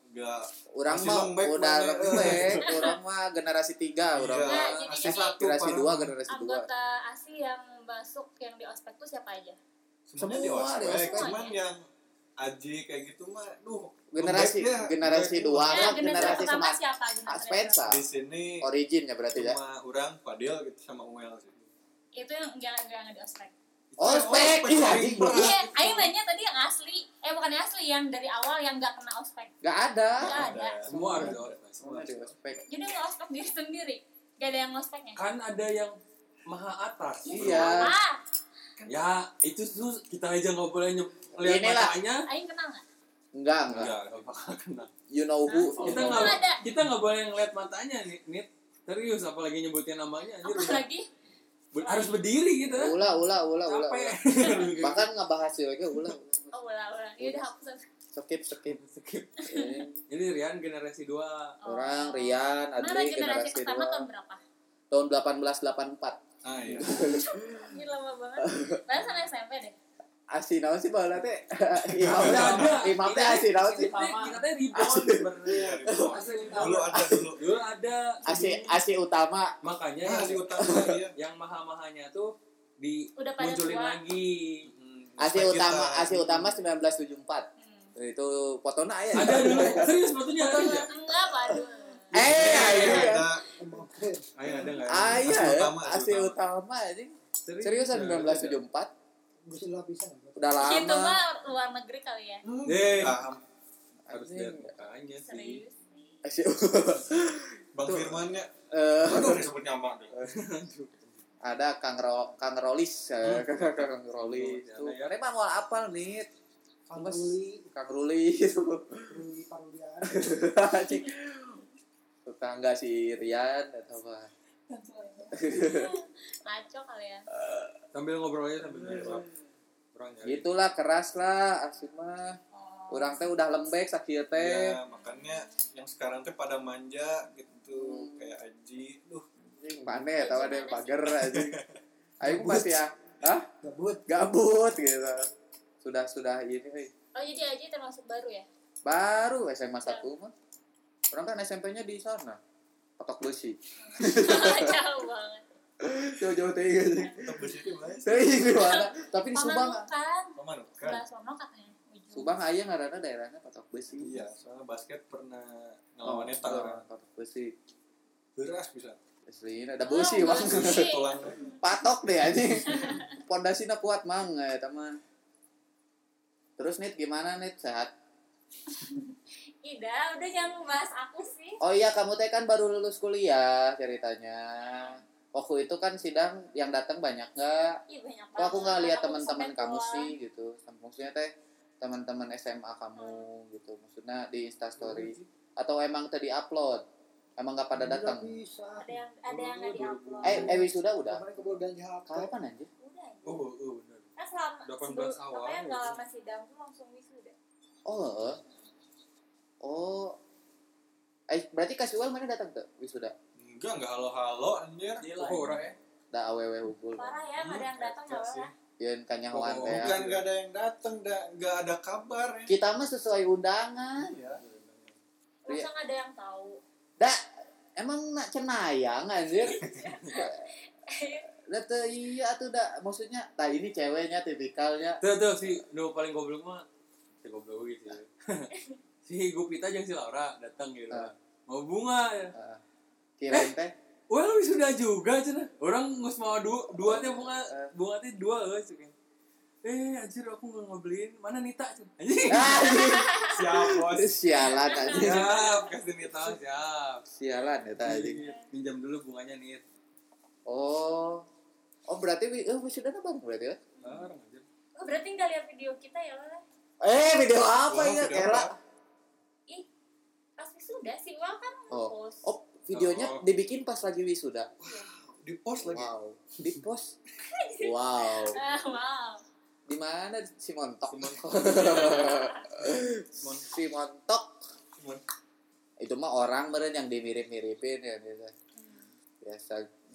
Enggak. Orang Masih mah lembek udah mana. lembek, orang mah generasi tiga, orang Iya, mah jadi masih ini satu generasi parah. dua, generasi dua. Anggota ASI yang masuk yang di ospek tuh siapa aja? Semuanya di Semua di ospek, ospek. cuman yang Aji kayak gitu mah, duh, Generasi lembeknya. generasi dua Ya, kan generasi generasi pertama sama siapa? Generasi Spensa. Di sini Origin ya berarti ya. cuma orang Fadil gitu sama Umel sih. itu yang jangan jangan di ospek. Ospek, iya anjing belum. Iya, Aing nanya tadi yang asli, eh bukan yang asli, yang dari awal yang nggak kena ospek. Gak ada. Nggak ada. Semua harus di ospek. Semua di ospek. Jadi nggak ospek diri sendiri, gak ada yang ospeknya. Kan ada yang maha atas. Iya. Ah, Ya, itu tuh kita aja nggak boleh nyep- lihat Inilah. matanya. Aing kenal nggak? Enggak, enggak. Enggak, enggak bakal kena. You know who. Kita Oh, nggak ada. kita nggak boleh ngeliat matanya nih, Nit. Serius, apalagi nyebutin namanya anjir. udah. Apalagi Ber- harus berdiri gitu. Ula, ula, ula, ula. Capek. ula. Bahkan ngebahas juga ula. oh ulah ulah, ya udah hapus aja. Skip, skip. Skip. Eh, Jadi Rian generasi dua. Oh. Orang Rian, Mana Adri generasi generasi pertama tahun dua. berapa? Tahun delapan belas delapan puluh empat. Ah iya. Ini lama banget. Padahal sama S M P deh. Asi naon sih baheula teh? Ada, Imam ada. Imam teh asi naon sih? Kita teh rebound sebenarnya. Asli Dulu ada dulu. Dulu ada. Asi asi utama. Makanya Ah, yang, si utama iya. yang maha-mahanya tuh di Udah pada munculin tua. lagi. Hmm, Asi ospek utama, kita. asi utama seribu sembilan ratus tujuh puluh empat. Hmm. Itu fotona aya. Ada dulu. Serius fotonya ada aja. Enggak, waduh. Eh, aya. Ada. Ayo ada enggak? Aya. Asi utama, asi Asi utama. utama anjing. Seriusan seribu sembilan ratus tujuh puluh empat. Bisa lapisan. Udah lama. Itu mah luar negeri kali ya. Eh, Paham. harus lihat mukanya sih. Serius. Asi Bang Firmannya. eh Aduh, disebut nyamak deh. ada Kang Ro, Kang Rolis, eh, Kang Rolis. Oh, Tuh, ada ya. mana mah mau apal nih? Pangguli, Kang Ruli itu. Ruli Parulian. Anjing. Tetangga si Rian atau apa? Ngaco kali ya. Sambil ngobrol aja sambil ngobrol. Orang nyari. Gitulah keras lah asik mah. Oh. Urang teh udah lembek sakit teh. Ya, makanya yang sekarang teh pada manja gitu, Hmm. kayak Aji. Duh, Anjing mana ya tahu ada yang pagar anjing. Aing masih ya. Hah? Gabut. Gabut gitu. Sudah sudah ini euy. Oh jadi Aji termasuk baru ya? Baru S M A satu mah. Orang kan S M P-nya di sana. Patok besi. Jauh banget. Jauh-jauh teh gitu. tetap bersihin lah. Teh di mana? Tapi di Subang. Pamanukan. Paman kan? Sebelah sono katanya. Ujung. Subang aya ngaranna daerahnya Patok Besi. Iya, soalnya basket pernah Oh, ngelawan Eta kan. Patok Besi. Beras bisa. Asli ada besi Oh, bang. besi. Tulang. Patok deh anjing. Pondasinya kuat mang eta mah. Terus Nit gimana Nit sehat? Ida, udah jangan ngebahas aku sih. Oh iya kamu teh kan baru lulus kuliah ceritanya. Waktu itu kan sidang yang datang banyak nggak? Ih banyak Kok aku nggak lihat Aku teman-teman sampai kamu pulang. sih gitu. Maksudnya teh teman-teman S M A kamu gitu. Maksudnya di Instastory atau emang tadi upload? Emang nggak pada datang? Bisa. Ada yang ada yang nggak diupload. Eh, eh wisuda udah? Kemarin kebul ganja H P. Kapan anjir? Udah. aja. Oh, oh, benar. Kan selama delapan belas sebelum- awal Pokoknya gitu. nggak lama sidang tuh langsung wisuda. Oh. Oh. Eh, berarti Kasual mana datang tuh wisuda? Enggak, enggak halo-halo anjir. Oh, orang ya. Da awewe hukul. Parah ya, nggak ada yang datang nggak apa-apa. Yeun kanyahoan Oh, teh. Bukan enggak ada yang datang, enggak ada kabar ya. Kita mah sesuai undangan. Iya. Iya. Masa nggak ada yang tahu. Da, emang nak cenayang anjir. Da teu iya tuh da, maksudnya tah ini ceweknya tipikalnya. Tuh, tuh, si nu paling goblok mah si goblok gitu. Si Gupita jeung si Laura datang gitu. Ah. Mau bunga ya. Heeh. Kirain teh Well, wisuda juga cenah. Orang geus mau dua, dua teh bunga, Eh. bunga teh dua euy ceuk. Eh, anjir aku enggak ngebeliin. Mana Nita cenah. Anjing. anjing. Siap, Bos. Sialan anjing. Siap, kasih Nita siap. Sialan ya anjing. Minjam dulu bunganya Nit. Oh. Oh berarti wi- eh wisudanya bareng berarti ya? Bareng anjir. Oh, berarti nggak lihat video kita ya lah. Eh video apa Wah, ya? video Kela. apa? Ih, pas wisuda sih, Wal kan Oh. nge-post. Oh, videonya Oh. dibikin pas lagi wisuda. Di post lagi. Wow. Di post. Wow. Ah, wow. Di mana si Montok? Si Montok. Si Montok. Mon- Itu mah orang meren yang dimirip-miripin ya biasa. Biasa.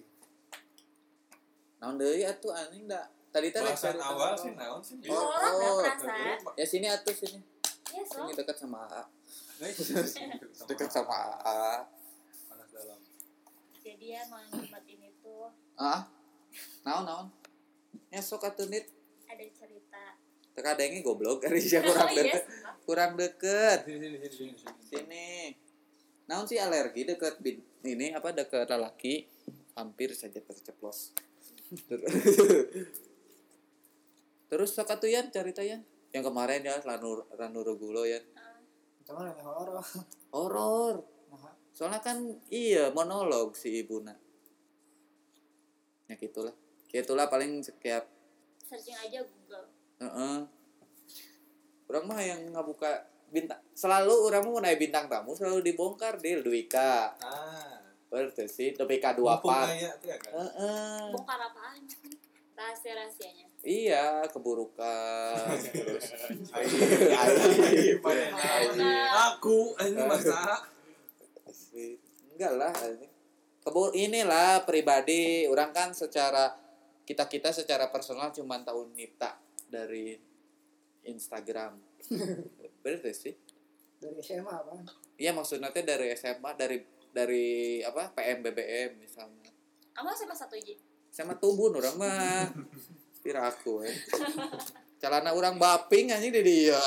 Naon deui atuh anjing da. Tadi teh rek Bahasan cerita awal naon. sih naon sih. Oh, Orang oh. nggak perasaan. Ya sini atuh sini. Iya, so. Sini dekat sama A A. Dekat sama A. Panas dalam. Jadi ya malam Jumat ini tuh Ah. Naon naon. Nya sok atuh Nit. ada cerita. Teu kadenge goblok ari sia kurang Oh, iya, deket. sumpah. Kurang deket. Sini sini sini sini. sini. Sini. Naon sih alergi deket bin, ini apa deket lelaki hampir saja terceplos. Terus sok atuh Yan cerita Yan. Yang kemarin ya Ranu Ranu Rugulo ya. Cuman ada horor. Horor. Nah, Soalnya kan iya monolog si ibuna. Ya gitulah. Gitulah paling setiap Searching aja Google. heeh. Urang mah yang ngabuka bintang selalu urang mah naik bintang tamu selalu dibongkar deal Dwika. Ah. Berarti sih Dwika dua Mumpung part. aya teh ya kan. Heeh. Bongkar apaan sih? Rahasia-rahasianya. Iya, keburukan terus. Aib, Aku ini masa. Enggak lah ini. Kebur inilah pribadi orang kan secara kita kita secara personal cuma tahu Nita dari Instagram. Berarti sih. dari S M A apa? Iya maksudnya teh dari S M A dari dari apa P M B B M misalnya. Kamu S M A satu J? Sama tubun orang mah. Pira aku eh. Calana orang baping anjing di dia.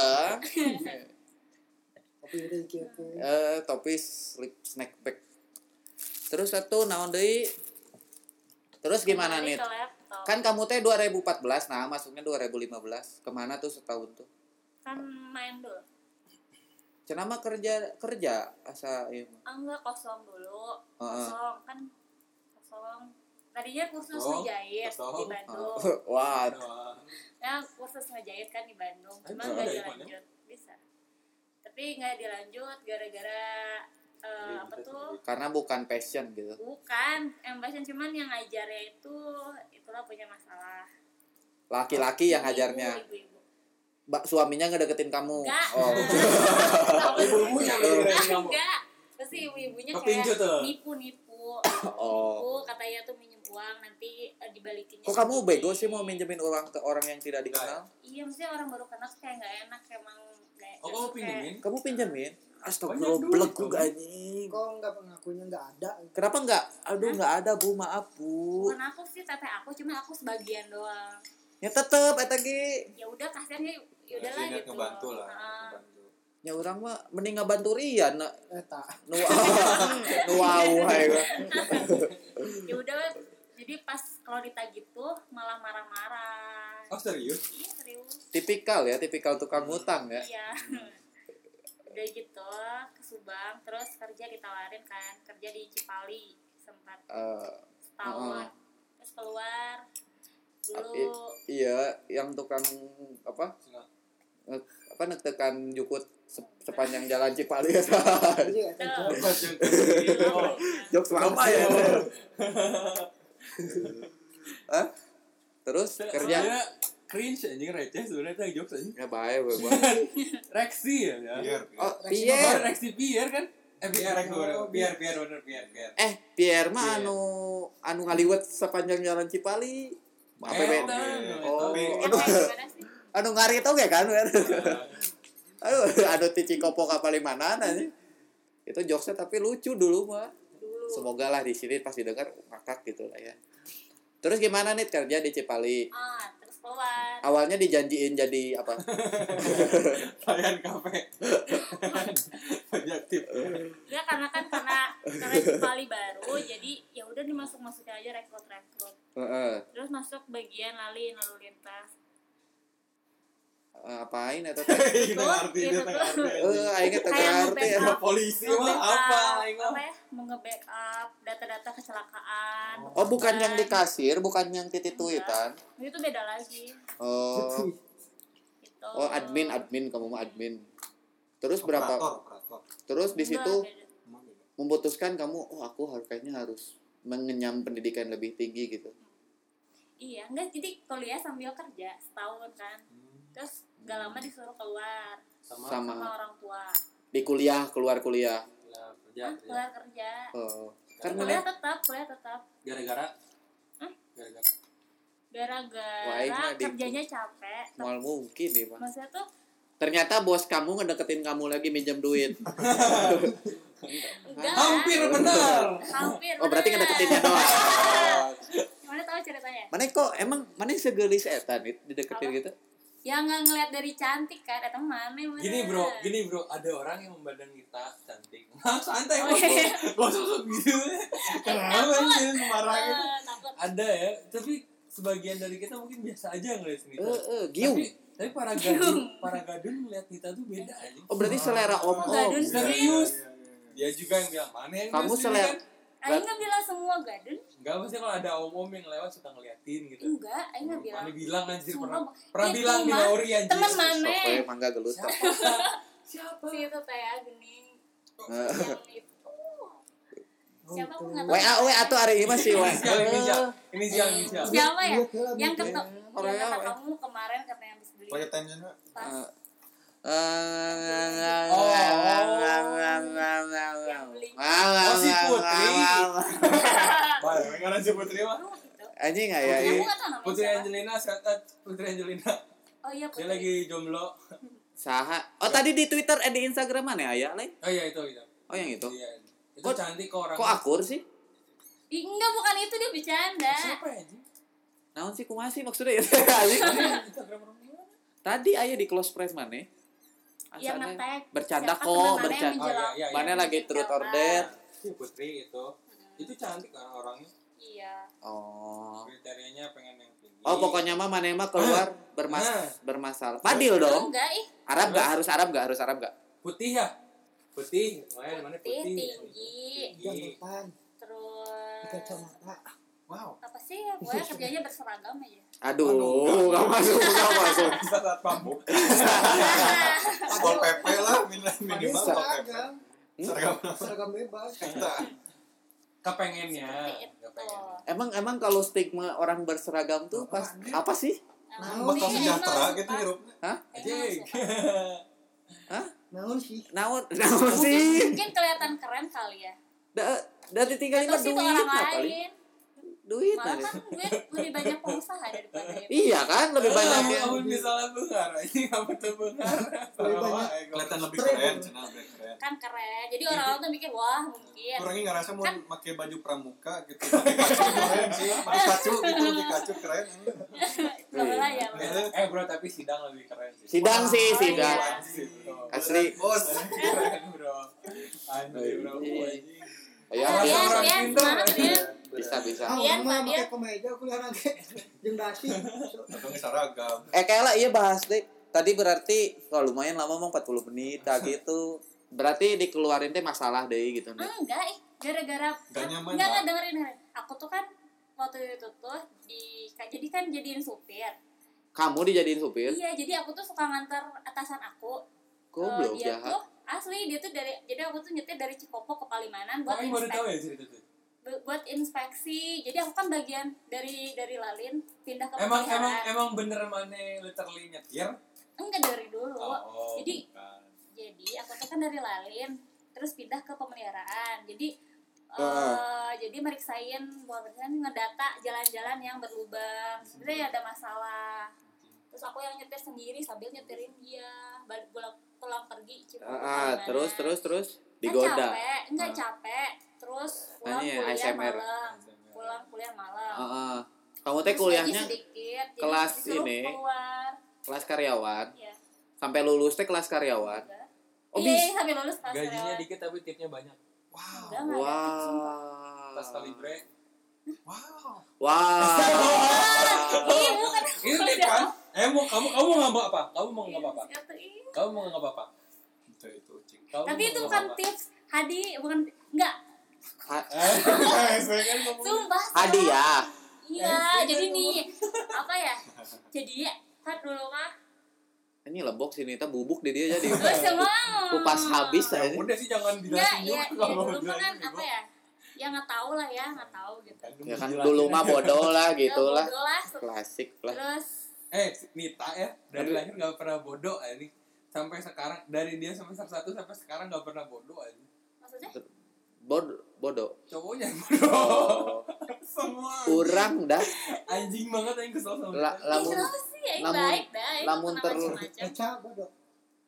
Tapi udah gitu. Eh topi slip snackback. Terus satu naon deui? Terus gimana nih? Kembali ke laptop. Kan kamu teh dua ribu empat belas, nah masuknya dua ribu lima belas. Kemana tuh setahun tuh? Kan main dulu. Cenah mah kerja kerja asa ieu mah. Ah, enggak kosong dulu. Heeh. Kosong kan kosong. Tadinya kursus Kosong, ngejahit kosong. di Bandung. Wah, Ya kursus ngejahit kan di Bandung. Cuma Ada nggak ya, dilanjut. Bisa. Tapi nggak dilanjut gara-gara eh, apa tuh? karena bukan passion gitu. Bukan, ambition cuman yang ngajarnya itu itulah punya masalah. Laki-laki yang Ibu, ngajarnya. Ibu-ibu. Mbak suaminya ngedeketin kamu. Enggak. Oh. Ibu-ibunya ngedeketin kamu. Enggak. Pasti ibu-ibunya Kepincut kayak tuh. nipu-nipu. Oh. Nipu katanya tuh minjem uang nanti eh, dibalikinnya. Kok kamu sedikit. bego sih mau minjemin uang ke orang yang tidak dikenal? Iya, maksudnya orang baru kenal tuh kayak nggak enak emang nggak. Oh, kamu pinjemin? Kamu pinjemin? Banyak Astagfirullah, duit, beleku kamu. anjing. Kok nggak pengakunya nggak ada? Kenapa enggak? Aduh, enggak ada Bu, maaf Bu. Bukan aku sih, teteh aku cuma aku sebagian doang. Ya tetep eta ge. Ya udah kasihannya ya udahlah Niat gitu. ngebantu lah, Heeh. ngebantu. Ya urang mah mending ngabantu Rian na. Eta. Nu nu wau hae gua. Ya udah, jadi pas kalau ditagih tuh malah marah-marah. Oh serius? Iya serius. Tipikal ya, tipikal tukang hutang ya. Iya. Udah gitu ke Subang, terus kerja ditawarin kan, kerja di Cipali sempat Eh, setahun. uh-uh. Terus keluar dulu. i- iya, yang tukang apa? Eh, apa netekan jukut se- sepanjang jalan Cipali ya. Jadi eta Tuh. jauh. Jokes lama ya. Hah? Terus kerja Sebenarnya cringe anjing receh sebenarnya teh jokes anjing. ya bae we. Reaksi ya. ya. Biar, Oh, Oh, Pierre. reaksi Pierre kan? Eh Pierre bener. Pierre Pierre bener Pierre Pierre. Eh, Pierre mah Pierre. anu anu ngaliwat sepanjang jalan Cipali. Apa Eta, ben? eta. Oh, Ya, aduh, kayak gimana sih? anu ngarit oge kan? Aduh, aduh ti Cikopo ka Palimanan anjing. Itu jokesnya tapi lucu dulu mah. Dulu. Semoga lah di sini pasti dengar ngakak gitu lah ya. Terus gimana nih kerja di Cipali? Ah, terus keluar. Awalnya dijanjiin jadi apa? Pelayan kafe. Pajak tip. Ya karena kan karena karena Cipali baru, jadi ya udah dimasuk masukin aja rekrut rekrut. Heeh. Terus masuk bagian lalin lalu lintas. Eh, apain eta Ini teh? ngerti dia teh ngerti. Eh, aing teh Kayak ngerti. nge-backup. Polisi mah apa aing mah? apa ya? Mau nge-backup data-data kecelakaan. Oh, bukan yang di Kan. kasir, bukan yang titit-tweetan. Itu beda lagi. Oh. Gitu. Oh, admin, admin kamu mah admin. Terus berapa? Operator, operator. Terus di Enggak, situ beda. Emang beda. memutuskan kamu, oh aku harus kayaknya harus mengenyam pendidikan lebih tinggi gitu. Iya, enggak jadi kuliah sambil kerja setahun kan. Terus gak lama disuruh keluar Sama sama Sama orang tua. di kuliah, keluar kuliah. lah kerja. Hah, kerja. keluar kerja. Oh. Kan Kuliah mana? tetap, kuliah tetap. Gara-gara Hah? gara-gara Wah, ini Gara-gara mah di- kerjanya capek. Mal mungkin nih, Pak. Maksudnya tuh Ternyata bos kamu ngedeketin kamu lagi minjem duit. Enggak. Hampir benar. Hampir. Oh, berarti bener. ngedeketinnya doang. Gimana tahu ceritanya? Mana kok emang mana segelis eta nih dideketin Apa? gitu? Ya nggak ngeliat dari cantik kan, atau mana bener. Gini bro, gini bro, ada orang yang memandang kita cantik. Nah, santai Oh, bos. iya. Gak usah gitu. Kenapa takut. anjir marah gitu? Eh, takut. Ada ya, tapi sebagian dari kita mungkin biasa aja ngeliat Eh, kita. eh, giung. Tapi, tapi para gadun, para gadun ngeliat kita tuh beda aja. Oh, berarti selera om Oh, om. gadun. Serius. Dia juga yang bilang mana yang Kamu ngasih selera- kan? Aing nggak bilang semua gadun. Enggak, maksudnya kalau ada om-om yang lewat suka ngeliatin gitu. Enggak, Aing nggak bilang. Mana bilang anjir Sumpah, pernah Bang. pernah Itu bilang di mah Lauri anjir. temen mana? Sok we mangga gelut. Siapa? Siapa? Si itu teh ya gini. Eh. Yang itu. Siapa aku nggak tahu. W A W A tuh hari ini masih W A. Inisial, inisial, inisial, inisial. Siapa ya? Iya, film Yang itu. kata, Orang yang kata apa ya? kamu kemarin katanya habis beli Pakai tension Pak. tas Oh, si Putri. Baru karena si Putri mah. Aduh, gitu. Anjing nggak ya? Putri, Iya. aku nggak tahu namanya Putri siapa. Angelina, sekat Putri Angelina. Oh iya Dia Putri. lagi jomblo. Saha? Oh tadi di Twitter eh di Instagram mana ya, Le? Oh iya itu itu. Oh yang itu. Iya. Itu Kok- cantik kok orang. Kok akur sih? Ih, enggak bukan itu dia bercanda. Siapa ya anjing? Naon sih kumasi maksudnya ya? Anjing. Instagram orang mana? Tadi aya di close press mana? Yang Asalnya nge-tag. bercanda Siapa kok, teman mana yang bercanda. menjelak- Oh, iya, iya, iya. Mana lagi truth or Siapa? dare? Si Putri itu. Itu cantik kan orangnya. Iya. Oh. Kriterianya pengen yang tinggi. Oh pokoknya mah mana mah keluar bermas Nah. bermasalah. Padil dong. Enggak ih. Arab gak harus Arab gak harus Arab gak? Putih ya? Putih. Mana mana Putih, putih. tinggi. Jam Tinggi. depan di Terus kacamata. Wow. apa sih ya? Pokoknya kerjanya berseragam aja. Aduh, Aduh, gak masuk, gak masuk. Bisa saat pamuk. Pol P P lah minimal Padahal minimal Pol P P. seragam, Seragam. seragam bebas. Kita. Kepengennya. Seperti itu. Kepengennya. Emang emang kalau stigma orang berseragam tuh pas apa sih? Nah, Bakal ini sejahtera emang gitu suka. hirupnya. Hah? Anjing. Emang suka. Naon sih? Naon, naon sih? Mungkin kelihatan keren kali ya. Da, da ditinggalin mah Terus itu duit orang lah kali. lain. Duit Malah lah. kan duit lebih banyak pengusaha daripada ya. Iya kan, lebih banyak Kamu yang kamu misalnya bengar, anjing kamu tuh bengar. Lebih banyak. Kelihatan lebih keren, cenah lebih keren. Kan keren. Jadi orang-orang tuh mikir wah mungkin. Kurangnya ngerasa mau Kan- pakai baju pramuka gitu. Pakai kacu keren sih, pakai kacu gitu, pakai kacu keren. Boleh ya. Iya. Eh bro, tapi sidang lebih keren sih. sidang sih, Oh, sidang. iya. Anjing, bro. Asli. Bos. Keren bro. Anjing bro. Iya. Anjing. Ya, Ah, Rian, orang Rian, pinter. semangat Rian. bisa bisa. Ah, Iya, orang mah Pak, dia. pakai kemeja kuliah lagi. Jeung dasi. Atau nggak seragam. Eh kayak lah iya bahas deh. Tadi berarti kalau lumayan lama mau empat puluh menit dah gitu. Berarti dikeluarin teh masalah deh gitu nih. Ah, enggak ih. Gara-gara Gak nyaman, enggak Pak. enggak dengerin dengerin. Aku tuh kan waktu itu tuh di jadi kan jadiin supir. Kamu dijadiin supir? Iya, jadi aku tuh suka nganter atasan aku. Goblok Eh, dia jahat. tuh asli dia tuh dari jadi aku tuh nyetir dari Cikopo ke Palimanan buat Kalian baru tahu inspek, ya cerita tuh. bu- buat inspeksi. Jadi aku kan bagian dari dari Lalin pindah ke Emang emang pemeliharaan. emang bener mana literally nyetir? Enggak dari dulu. Oh, Jadi- bukan. Jadi aku tuh kan dari Lalin terus pindah ke pemeliharaan. Jadi Heeh. eh jadi meriksain buat meriksain ngedata jalan-jalan yang berlubang. Sebenarnya ada masalah. Terus aku yang nyetir sendiri sambil nyetirin dia balik pulang pulang pergi Cikopo, Ah, ah, Palimanan. terus terus terus Kan digoda. capek, enggak Ah. capek. Terus pulang Tanya, kuliah A S M R. malam. Pulang kuliah malam. Ah, ah. Kamu teh Terus kuliahnya gaji sedikit, jadi kelas disuruh ini? keluar. kelas karyawan. Iya. Sampai lulus teh kelas karyawan. Enggak. Oh, iya, bis. sampai lulus kelas Gajinya karyawan. dikit tapi tipnya banyak. Wow. Enggak, enggak ada tips, sumpah. Wah. Pas kali break. Wow. Wah. Ih, bukan. Itu tip kan? Eh mau kamu kamu mau ngapa apa? Kamu mau ngapa apa? Iya, iya. Kamu mau ngapa apa? Itu itu cing. Kamu Tapi mau itu ngapa bukan apa? tips hadi, bukan enggak. Ha- Eh, saya kan ngomong. Sumpah. hadiah. Iya, Eh, jadi saya nih apa ya? Jadi kan dulu mah Ini lebok sini teh bubuk di dia jadi. gue semua Kupas habis Ya aja. udah sih jangan Enggak, dijelasin ya, juga ya kalau dulu mah kan jelasin, apa ya? Ya nggak tahu lah ya, nggak tahu gitu. Ya kan dulu mah bodoh lah gitu Ya, lah. bodoh lah. Klasik lah. Terus Eh, Nita ya, dari lahir gak pernah bodoh ini. Sampai sekarang, dari dia semester satu sampai sekarang gak pernah bodoh aja. maksudnya Bodoh, bodoh. Cowoknya yang bodoh. Semua. Kurang dah. Anjing banget yang kesel sama La, dia. lamun Ih, kenapa sih? Ya, lamun- baik dah. Ya, lamun pernah ter- macam-macam. Eca bodoh.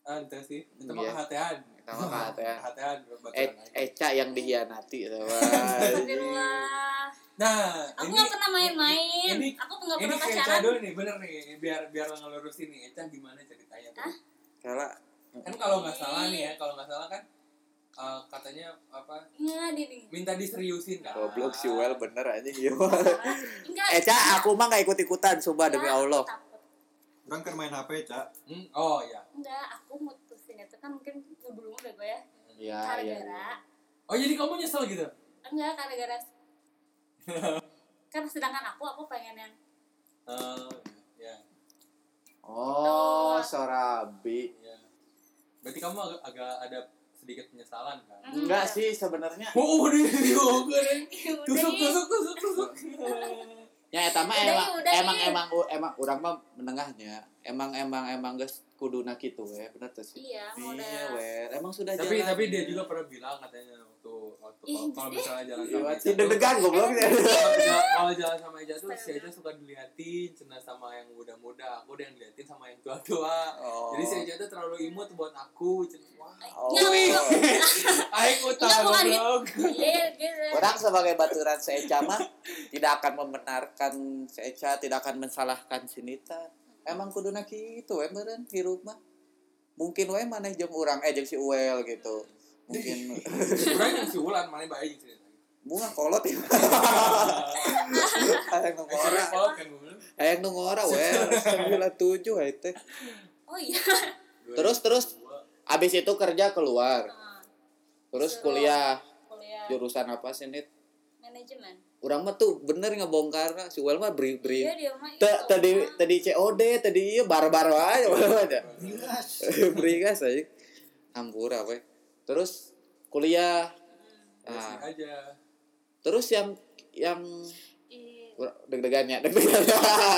Ah, itu sih. Itu Iya. mah kehatian. Kita mah kehatian. Kehatian. Eh, Eca yang dihianati itu. Astagfirullah. Nah, Aku ini nggak pernah main-main. ini- Aku nggak ini pernah ke Eca pacaran. dulu nih, bener nih. Biar biar ngelurusin nih. Eca gimana ceritanya tuh? Hah? Salah. Kan kalau nggak salah nih ya, kalau nggak salah kan eh, katanya apa? Nggak di Minta diseriusin kan? Goblok si Well bener aja iya. Enggak. Eca, aku mah gak ikut-ikutan, sumpah demi Allah. Takut. Orang kan main H P, Cak. Hmm? Oh iya. Enggak, aku mutusin itu kan mungkin dulu udah gue ya. Iya, iya. Gara-gara Oh jadi kamu nyesel gitu? enggak gara-gara kan sedangkan aku aku pengen yang Oh ya. Oh, Sorabi. Ya. Berarti kamu agak, agak ada sedikit penyesalan kan? Enggak sih sebenarnya. Oh, udah juga deh. Udah Tusuk, nih. tusuk, tusuk, tusuk. Ya eta mah Udah, emang udah, emang iya. emang emang urang mah menengahnya. Emang emang emang geus kuduna kitu we, bener tuh sih. Iya, mau Iya, udah we. Emang sudah Tapi jalan. tapi dia juga pernah bilang katanya waktu waktu Ih, kalau- kalau ih. misalnya jalan Iya, sama si Eja tuh- deg-degan goblok ya. kalau jalan- kalau jalan sama Eja tuh si Eja suka diliatin cenah sama yang muda-muda, aku udah yang diliatin sama yang tua-tua. Oh. Jadi si Eja tuh terlalu imut buat aku. Cenah, wah. Oh. Enggak, Aing utang Enggak, bukan goblok. iya gitu. Orang sebagai baturan Seeca mah tidak akan membenarkan Seeca, tidak akan mensalahkan Sinita. Emang kuduna kitu we meureun hirup mah. Mungkin we maneh jeung urang eh jeung si Uel gitu. Mungkin Urang yang si Wulan mana baik sih. bunga kolot ya. Hayang nu ngora. Kalau kan gue bilang. Hayang nu ngora we sembilan tujuh we teh. Oh iya. Terus terus abis itu kerja keluar. Nah, Terus Suruh. kuliah kuliah jurusan apa sih Nit? manajemen. Urang mah tuh bener ngebongkar si Uel mah beri beri. Iya dia mah Te- itu, tadi mah. tadi C O D tadi ieu bar-bar wae aja. Jelas. Beringas aja. Hampura we. Terus kuliah. Bersih Nah, aja. terus yang yang Ih, deg-degannya deg-degannya.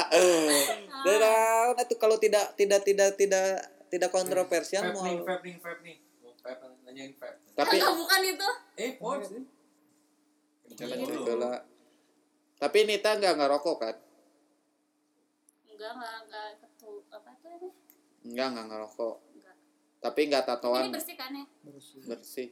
Dan itu kalau tidak tidak tidak tidak tidak kontroversial Vape mau. nih, vape nih, vape nih. Mau vape nanyain vape. Tapi enggak, bukan itu. Eh, pause sih. Jangan Iya. dulu. Itulah. Tapi Nita nggak ngerokok kan? Enggak, enggak enggak ketu apa tuh ini? Enggak nggak ngerokok. Enggak. Tapi nggak Ini tatoan bersih kan ya? bersih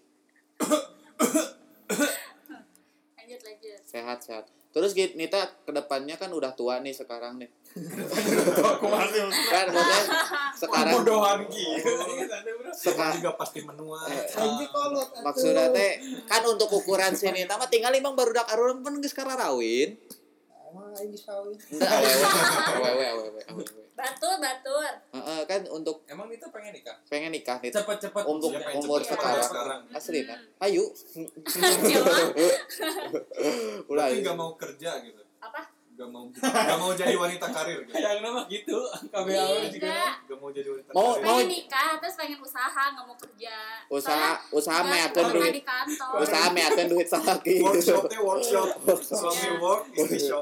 Lanjut lanjut. sehat sehat. Terus gitu, Nita kedepannya kan udah tua nih sekarang nih. Aku masih Kan maksudnya sekarang bodohan gitu. sekarang Sekarang juga pasti menua. Aing ge kolot atuh. maksudnya teh kan untuk ukuran si Nita mah tinggal imang baru dak arurang pun geus kararawin. Emang aing disawin. Enggak awewe awewe awewe awewe. Batur, batur. Heeh, kan untuk Emang Nita pengen nikah? pengen nikah Nita. Cepet-cepet. Untuk Dia pengen umur cepet sekarang. sekarang. Asli kan? Ayo. Coba. Ulah. Berarti gak mau kerja gitu. Apa? Gak mau gak mau jadi wanita karir gitu. Yang nama gitu. K B A Iya, juga. enggak. Gak mau jadi wanita Mau- karir. mau- Pengen nikah, terus pengen usaha, nggak mau kerja. Usaha usaha Soalnya meakeun nggak duit. di kantor. Usaha meakeun duit sakit. Workshop teh workshop. Suami work, istri shop.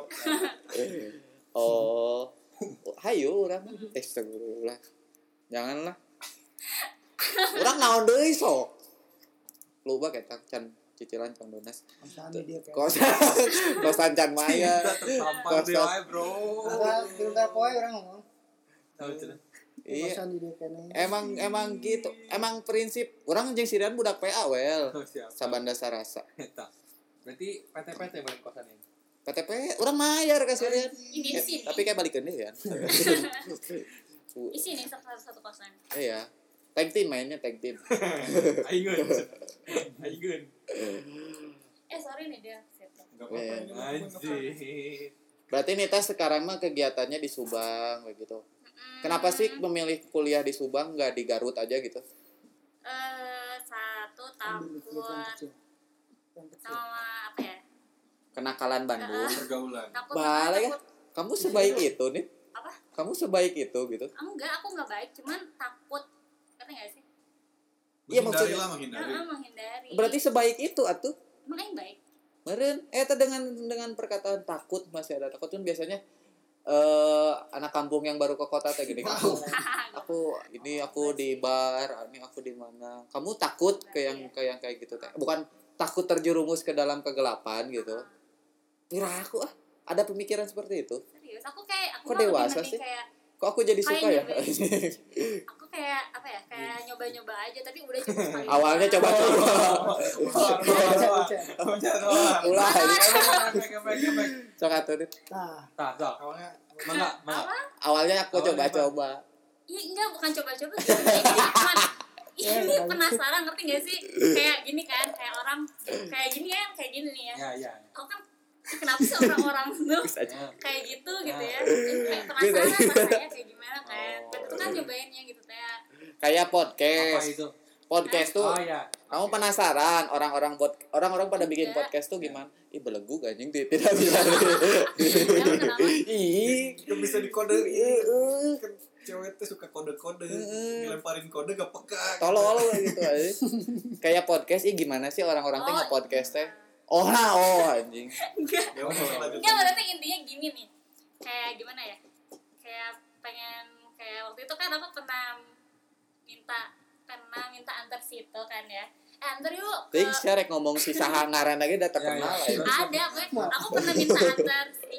Oh. Hayu urang mah. Eh, astagfirullah. Janganlah. Urang naon deui sok. Lupa ketak can cicilan can donas. Sami dia kan. Kosan kosan can maya. Cinta tertampar di wae, bro. Ada filter poe urang ngomong. Tahu cenah. Iya. Kosan di dia kene. Emang emang gitu. Emang prinsip urang jeung sidan budak P A wel. Oh, siap. Sabanda sarasa. Eta. Berarti P T P T bareng kosan ini. K T P urang mayar ka sidan. Ini di sini. Tapi kayak balikin deh ya. Di sini satu satu kosan. Iya. Tag team mainnya tag team. Ayeun. Ayeun. Eh sorry nih dia. Gak apa-apa. Iya. ini mah ngomong apa. Anjir. Berarti Nita sekarang mah kegiatannya di Subang begitu. Kenapa sih memilih kuliah di Subang nggak di Garut aja gitu? Eh satu Ambil itu yang takut kecil. Yang kecil. sama apa ya? Kenakalan Bandung. Pergaulan. Takut Balik ya. takut Kamu sebaik itu nih. apa? Kamu sebaik itu gitu. Enggak, aku enggak baik, cuman takut. Ngerti enggak sih? Iya, Menghindari maksudnya- lah menghindari. Heeh, menghindari. Berarti sebaik itu atuh. emang yang baik. Meren, eh eta dengan dengan perkataan takut masih ada takut kan biasanya eh anak kampung yang baru ke kota teh gini. Aku, aku ini aku di bar, ini aku di mana. Kamu takut ke yang ke yang kayak gitu teh. Bukan takut terjerumus ke dalam kegelapan gitu. Kira aku ah ada pemikiran seperti itu. Serius, aku kayak aku Kok mah lebih dewasa mending sih? kayak Kok aku jadi suka ya? Kayak aku kayak apa ya? Kayak nyoba nyoba-nyoba aja tapi udah coba sekali. Awalnya coba-coba. Ulah. Sok atuh dit. Nah, Tah, tah. awalnya Mangga, mangga. Apa? Awalnya aku Awalnya coba-coba. Iya enggak bukan coba-coba sih. Kayak gini cuman ini penasaran ngerti gak sih? Kayak gini kan, kayak orang kayak gini ya, kayak gini nih ya. Ya, ya. Aku kan kenapa sih orang-orang tuh kayak gitu gitu ya? Kayak penasaran rasanya kayak gimana kan. Dan itu kan nyobainnya gitu teh. Kayak Apa podcast. itu? Podcast tuh Oh ya. kamu penasaran orang-orang buat orang-orang pada bikin Enggak. podcast tuh gimana? Ih belegu anjing tidak bisa. Kenapa? Ih, Gak bisa dikode. Heeh. Kan cewek tuh suka kode-kode. Heeh. Dilemparin kode gak peka. tolol gitu aja. Kayak podcast ih gimana sih orang-orang teh Oh, nge-podcast teh? Oh, nah, oh anjing. Enggak. Ya udah lanjut. Enggak berarti intinya gini nih. Kayak gimana ya? Kayak pengen kayak waktu itu kan aku pernah minta pernah minta antar situ kan ya. Eh antar yuk ke Ting sih ngomong si saha ngaran lagi udah terkenal Ya, ya. ya. ada gue aku pernah minta antar si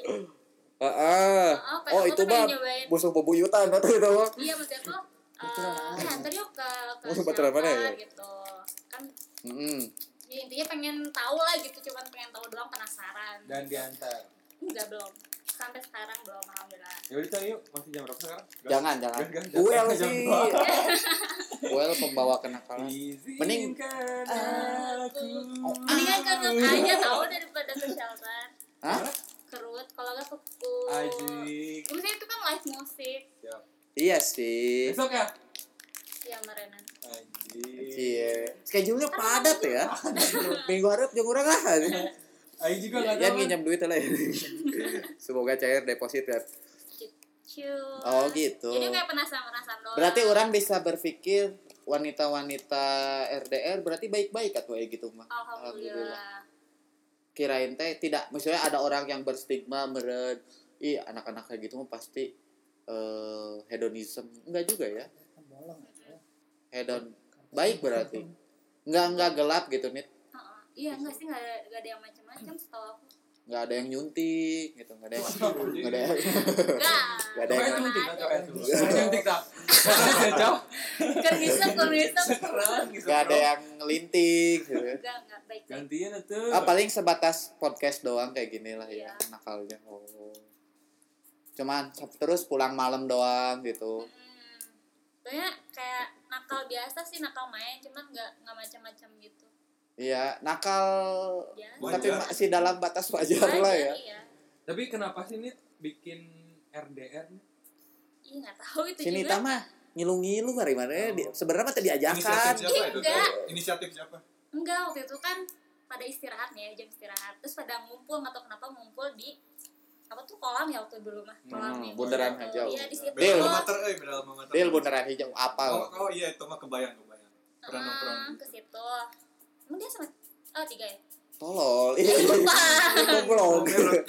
Heeh. Oh, Oh, aku itu tuh pengen mah nyobain. musuh bebuyutan atau itu mah. Iya maksudnya tuh eh eh, antar yuk ke ke Mau pacaran mana ya? shelter gitu kan Heeh. ya, intinya pengen tahu lah gitu cuman pengen tahu doang penasaran Dan diantar. enggak belum sampai sekarang belum alhamdulillah. Ya udah yuk, masih jam berapa sekarang? Jangan, jangan. Gas, gas, gas. Well Jam sih. dua. Well pembawa kenakalan. Mending- Izinkan aku. Mendingan ke Rut aja tahu daripada ke shelter. Hah? Ke Rut kalau nggak ke ku. Ajik. Maksudnya itu kan live musik. Iya sih. Besok ya? Iya merenan. Ajik. Cie. Schedule-nya padat ya. Minggu harap jeung urang lah. Ayo juga Ya, nggak ya tahu. nginjem duit lah. Semoga cair deposit ya. Ciu. Oh gitu. Jadi kayak penasaran-penasaran doang. Berarti orang bisa berpikir wanita-wanita R D R berarti baik-baik atau kayak gitu mah. Alhamdulillah. Kirain teh tidak, maksudnya ada orang yang berstigma meren, ih anak-anak kayak gitu mah pasti eh hedonism. Enggak juga ya. bolong. Hedon baik berarti. Enggak enggak gelap gitu nih. Heeh. Iya enggak sih enggak ada enggak ada yang macam-macam setahu aku. Enggak ada yang nyuntik gitu, enggak ada yang enggak ada yang Enggak. enggak ada Coba yang itu nyuntik, Ada. coba itu. Coba nyuntik tak? Jauh. Kernisem, kernisem. enggak ada yang ngelinting gitu. Enggak, enggak baik. Gantian tuh. Ah, paling sebatas podcast doang kayak gini lah ya Iya. nakalnya. Oh. Cuman terus pulang malam doang gitu. Hmm. Soalnya kayak nakal biasa sih, nakal main, cuman enggak enggak macam-macam gitu. Iya, nakal Biasa. tapi Wajar. masih dalam batas wajar lah ya. Iya. Tapi kenapa sih nih bikin R D R nih? Iya enggak tahu itu Sini juga. mah ngilu-ngilu dari mana ya? Di- Sebenarnya mah tadi Inisiatif diajakan. siapa itu? Enggak. Inisiatif siapa? Enggak, waktu itu kan pada istirahat nih ya, jam istirahat. Terus pada ngumpul atau kenapa ngumpul di apa tuh kolam ya waktu dulu mah. Kolam Hmm, nih. bundaran Gitu. hijau. Iya, di situ. Del, Beda alma mater, eh beda alma mater. Del beneran hijau Oh, apa? oh iya itu mah kebayang kebayang. Pernah nongkrong. Ah, ke situ. Emang dia sama oh tiga ya? Tolol. Lupa. Goblok.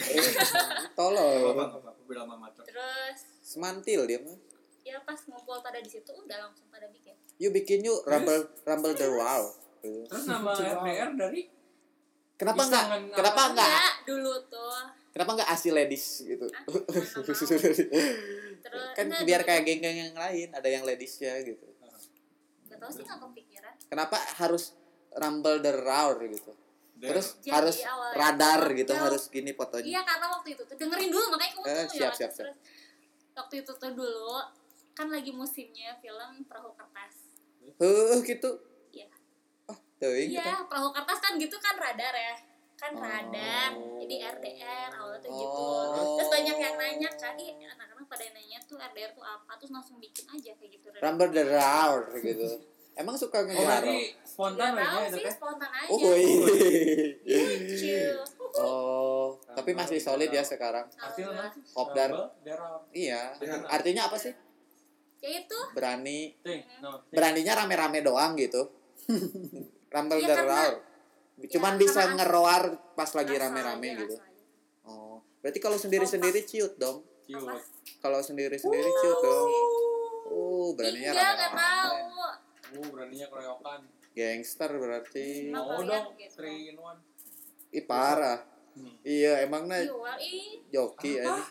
Tolol. Apa apa apa beda alma mater. Terus Semantil dia mah. ya pas ngumpul pada di situ udah langsung pada bikin. Yuk bikin yuk rumble rumble the wow. Terus nama R D R dari Kenapa enggak? Isangan Kenapa apa? enggak? Enggak, dulu tuh. Kenapa enggak asli ladies gitu? Ah, mana mau. Terus Kan enggak, biar dulu kayak tuh- geng-geng yang lain, ada yang ladiesnya gitu. Enggak tahu sih enggak kepikiran. Kenapa harus rumble the roar gitu? Del. Terus Jadi harus awalnya radar tuh- gitu, ya, harus gini fotonya. Iya karena waktu itu tuh dengerin dulu makanya kamu Eh, tuh siap, ya, siap, terus, siap. waktu itu tuh dulu kan lagi musimnya film Perahu Kertas. Heuh gitu. Iya. Oh, teuing gitu. Iya, Perahu Kertas kan gitu kan radar ya. Kan Oh. radar. Jadi R D R awalnya tuh gitu. Oh. Terus banyak yang nanya kan, ih anak-anak pada nanya tuh R D R tuh apa, terus langsung bikin aja kayak gitu. Rumble the roar gitu. Emang suka Oh ngejar? berarti spontan Nggak aja tahu itu sih, teh. spontan aja. Oh, woi. Lucu. Oh, tapi masih solid ya sekarang. Artinya Alhamdulillah. apa? Kopdar. Rumble, deror. Iya. Dengan- Artinya apa sih? Ya itu. Berani. Ting, no. ting. Beraninya rame-rame doang gitu. Rumble Iya, the karena- roar. Cuman Ya, bisa karena as- ngeroar pas lagi Asal rame-rame aja, gitu. asal aja. Oh, berarti kalau sendiri-sendiri ciut dong. Ciut. Apa? Kalau sendiri-sendiri ciut dong. Oh, beraninya Enggak, enggak rame-rame. tahu. Uh, beraninya keroyokan. Gangster berarti. Emang Mau kalian dong, gitu. three in one. Ih parah. Hmm. Iya, emangnya Jual ih. joki aja.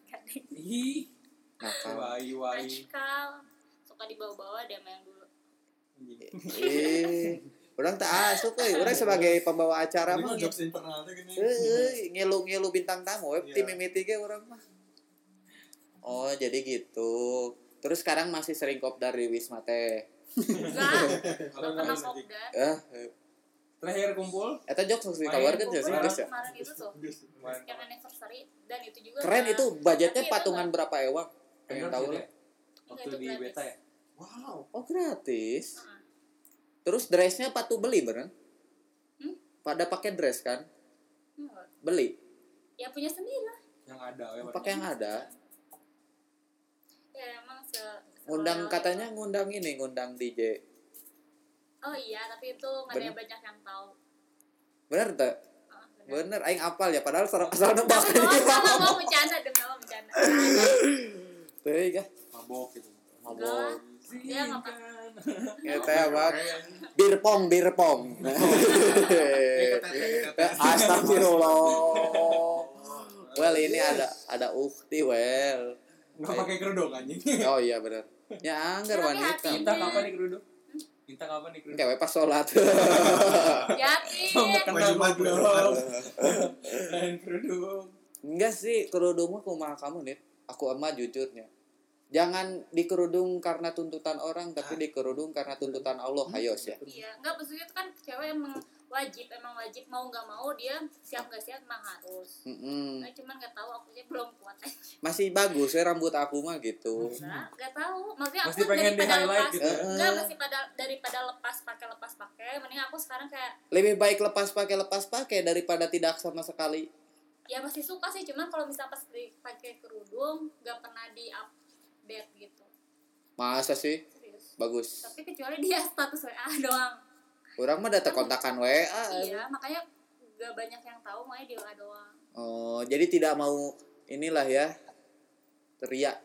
Ih, Nakal. wai wai. Najkal. Suka dibawa-bawa dia sama yang dulu. Eh, orang tak asuk euy. Urang sebagai pembawa acara Ini mah mah jokes internal teh gini. Heeh, ngilu-ngilu bintang tamu we Iya. tim mimiti ge urang mah. Oh, jadi gitu. Terus sekarang masih sering kopdar di Wisma teh. Enggak, enggak pernah kopdar. Eh, Terakhir kumpul eta jokes harus Main dikeluarkan Kumpul sih Kemarin. guys ya. kemarin itu tuh, kemarin. yang anniversary dan itu juga Keren nggak- itu budgetnya tapi itu patungan nggak- berapa ewang? Pengen Endorse tahu gitu lah. ya? Waktu itu di gratis. beta ya. Wow. Oh, gratis. Heeh. Terus dressnya patu beli bener? Hmm? Pada pakai dress kan? Enggak. Beli. Ya punya sendiri lah. Yang ada ya. Pakai yang ada. Ya emang se Ngundang se- katanya ngundang ini, ngundang D J. Oh iya, tapi itu nggak ada yang banyak yang tahu. Bener tak? Oh, benar. Bener, aing apal ya padahal sareng kesana Tapi bakal. mau sama mau bercanda demi Allah bercanda. Teuy kah? Mabok gitu. Mabok. Dia nggak pas. Ya teh apa? Bir pong, bir pong. Astagfirullah. Well, ini ada ada ukti well. Enggak pakai kerudung anjing. Oh iya benar. Ya anggar Tapi wanita. hati- Kita kapan nih kerudung? Kita kapan nih kerudung? Kayak pas sholat. Yakin. Kena Jumat, goblok. Lain kerudung. Enggak sih, kerudung mah kumaha kamu nih. Aku emak jujurnya. Jangan dikerudung karena tuntutan orang, tapi dikerudung karena tuntutan Allah. Hayo ya. Iya, enggak maksudnya itu kan cewek emang wajib, emang wajib mau nggak mau dia siap nggak siap emang harus. Mm-mm. Nah, cuman nggak tahu aku aja belum kuat aja. Masih bagus ya rambut aku mah gitu. Enggak, nggak tahu. Maksudnya Masih aku pengen daripada di-highlight lepas, gitu. enggak masih pada daripada lepas pakai lepas pakai, mending aku sekarang kayak Lebih baik lepas pakai lepas pakai daripada tidak sama sekali. ya masih suka sih, cuman kalau misalnya pas pakai kerudung nggak pernah di update gitu. Masa sih? Serius. Bagus. Tapi kecuali dia status W A doang. Orang mah data kontakan W A. Iya, makanya gak banyak yang tahu, makanya di W A doang. Oh, jadi tidak mau inilah ya. Teriak.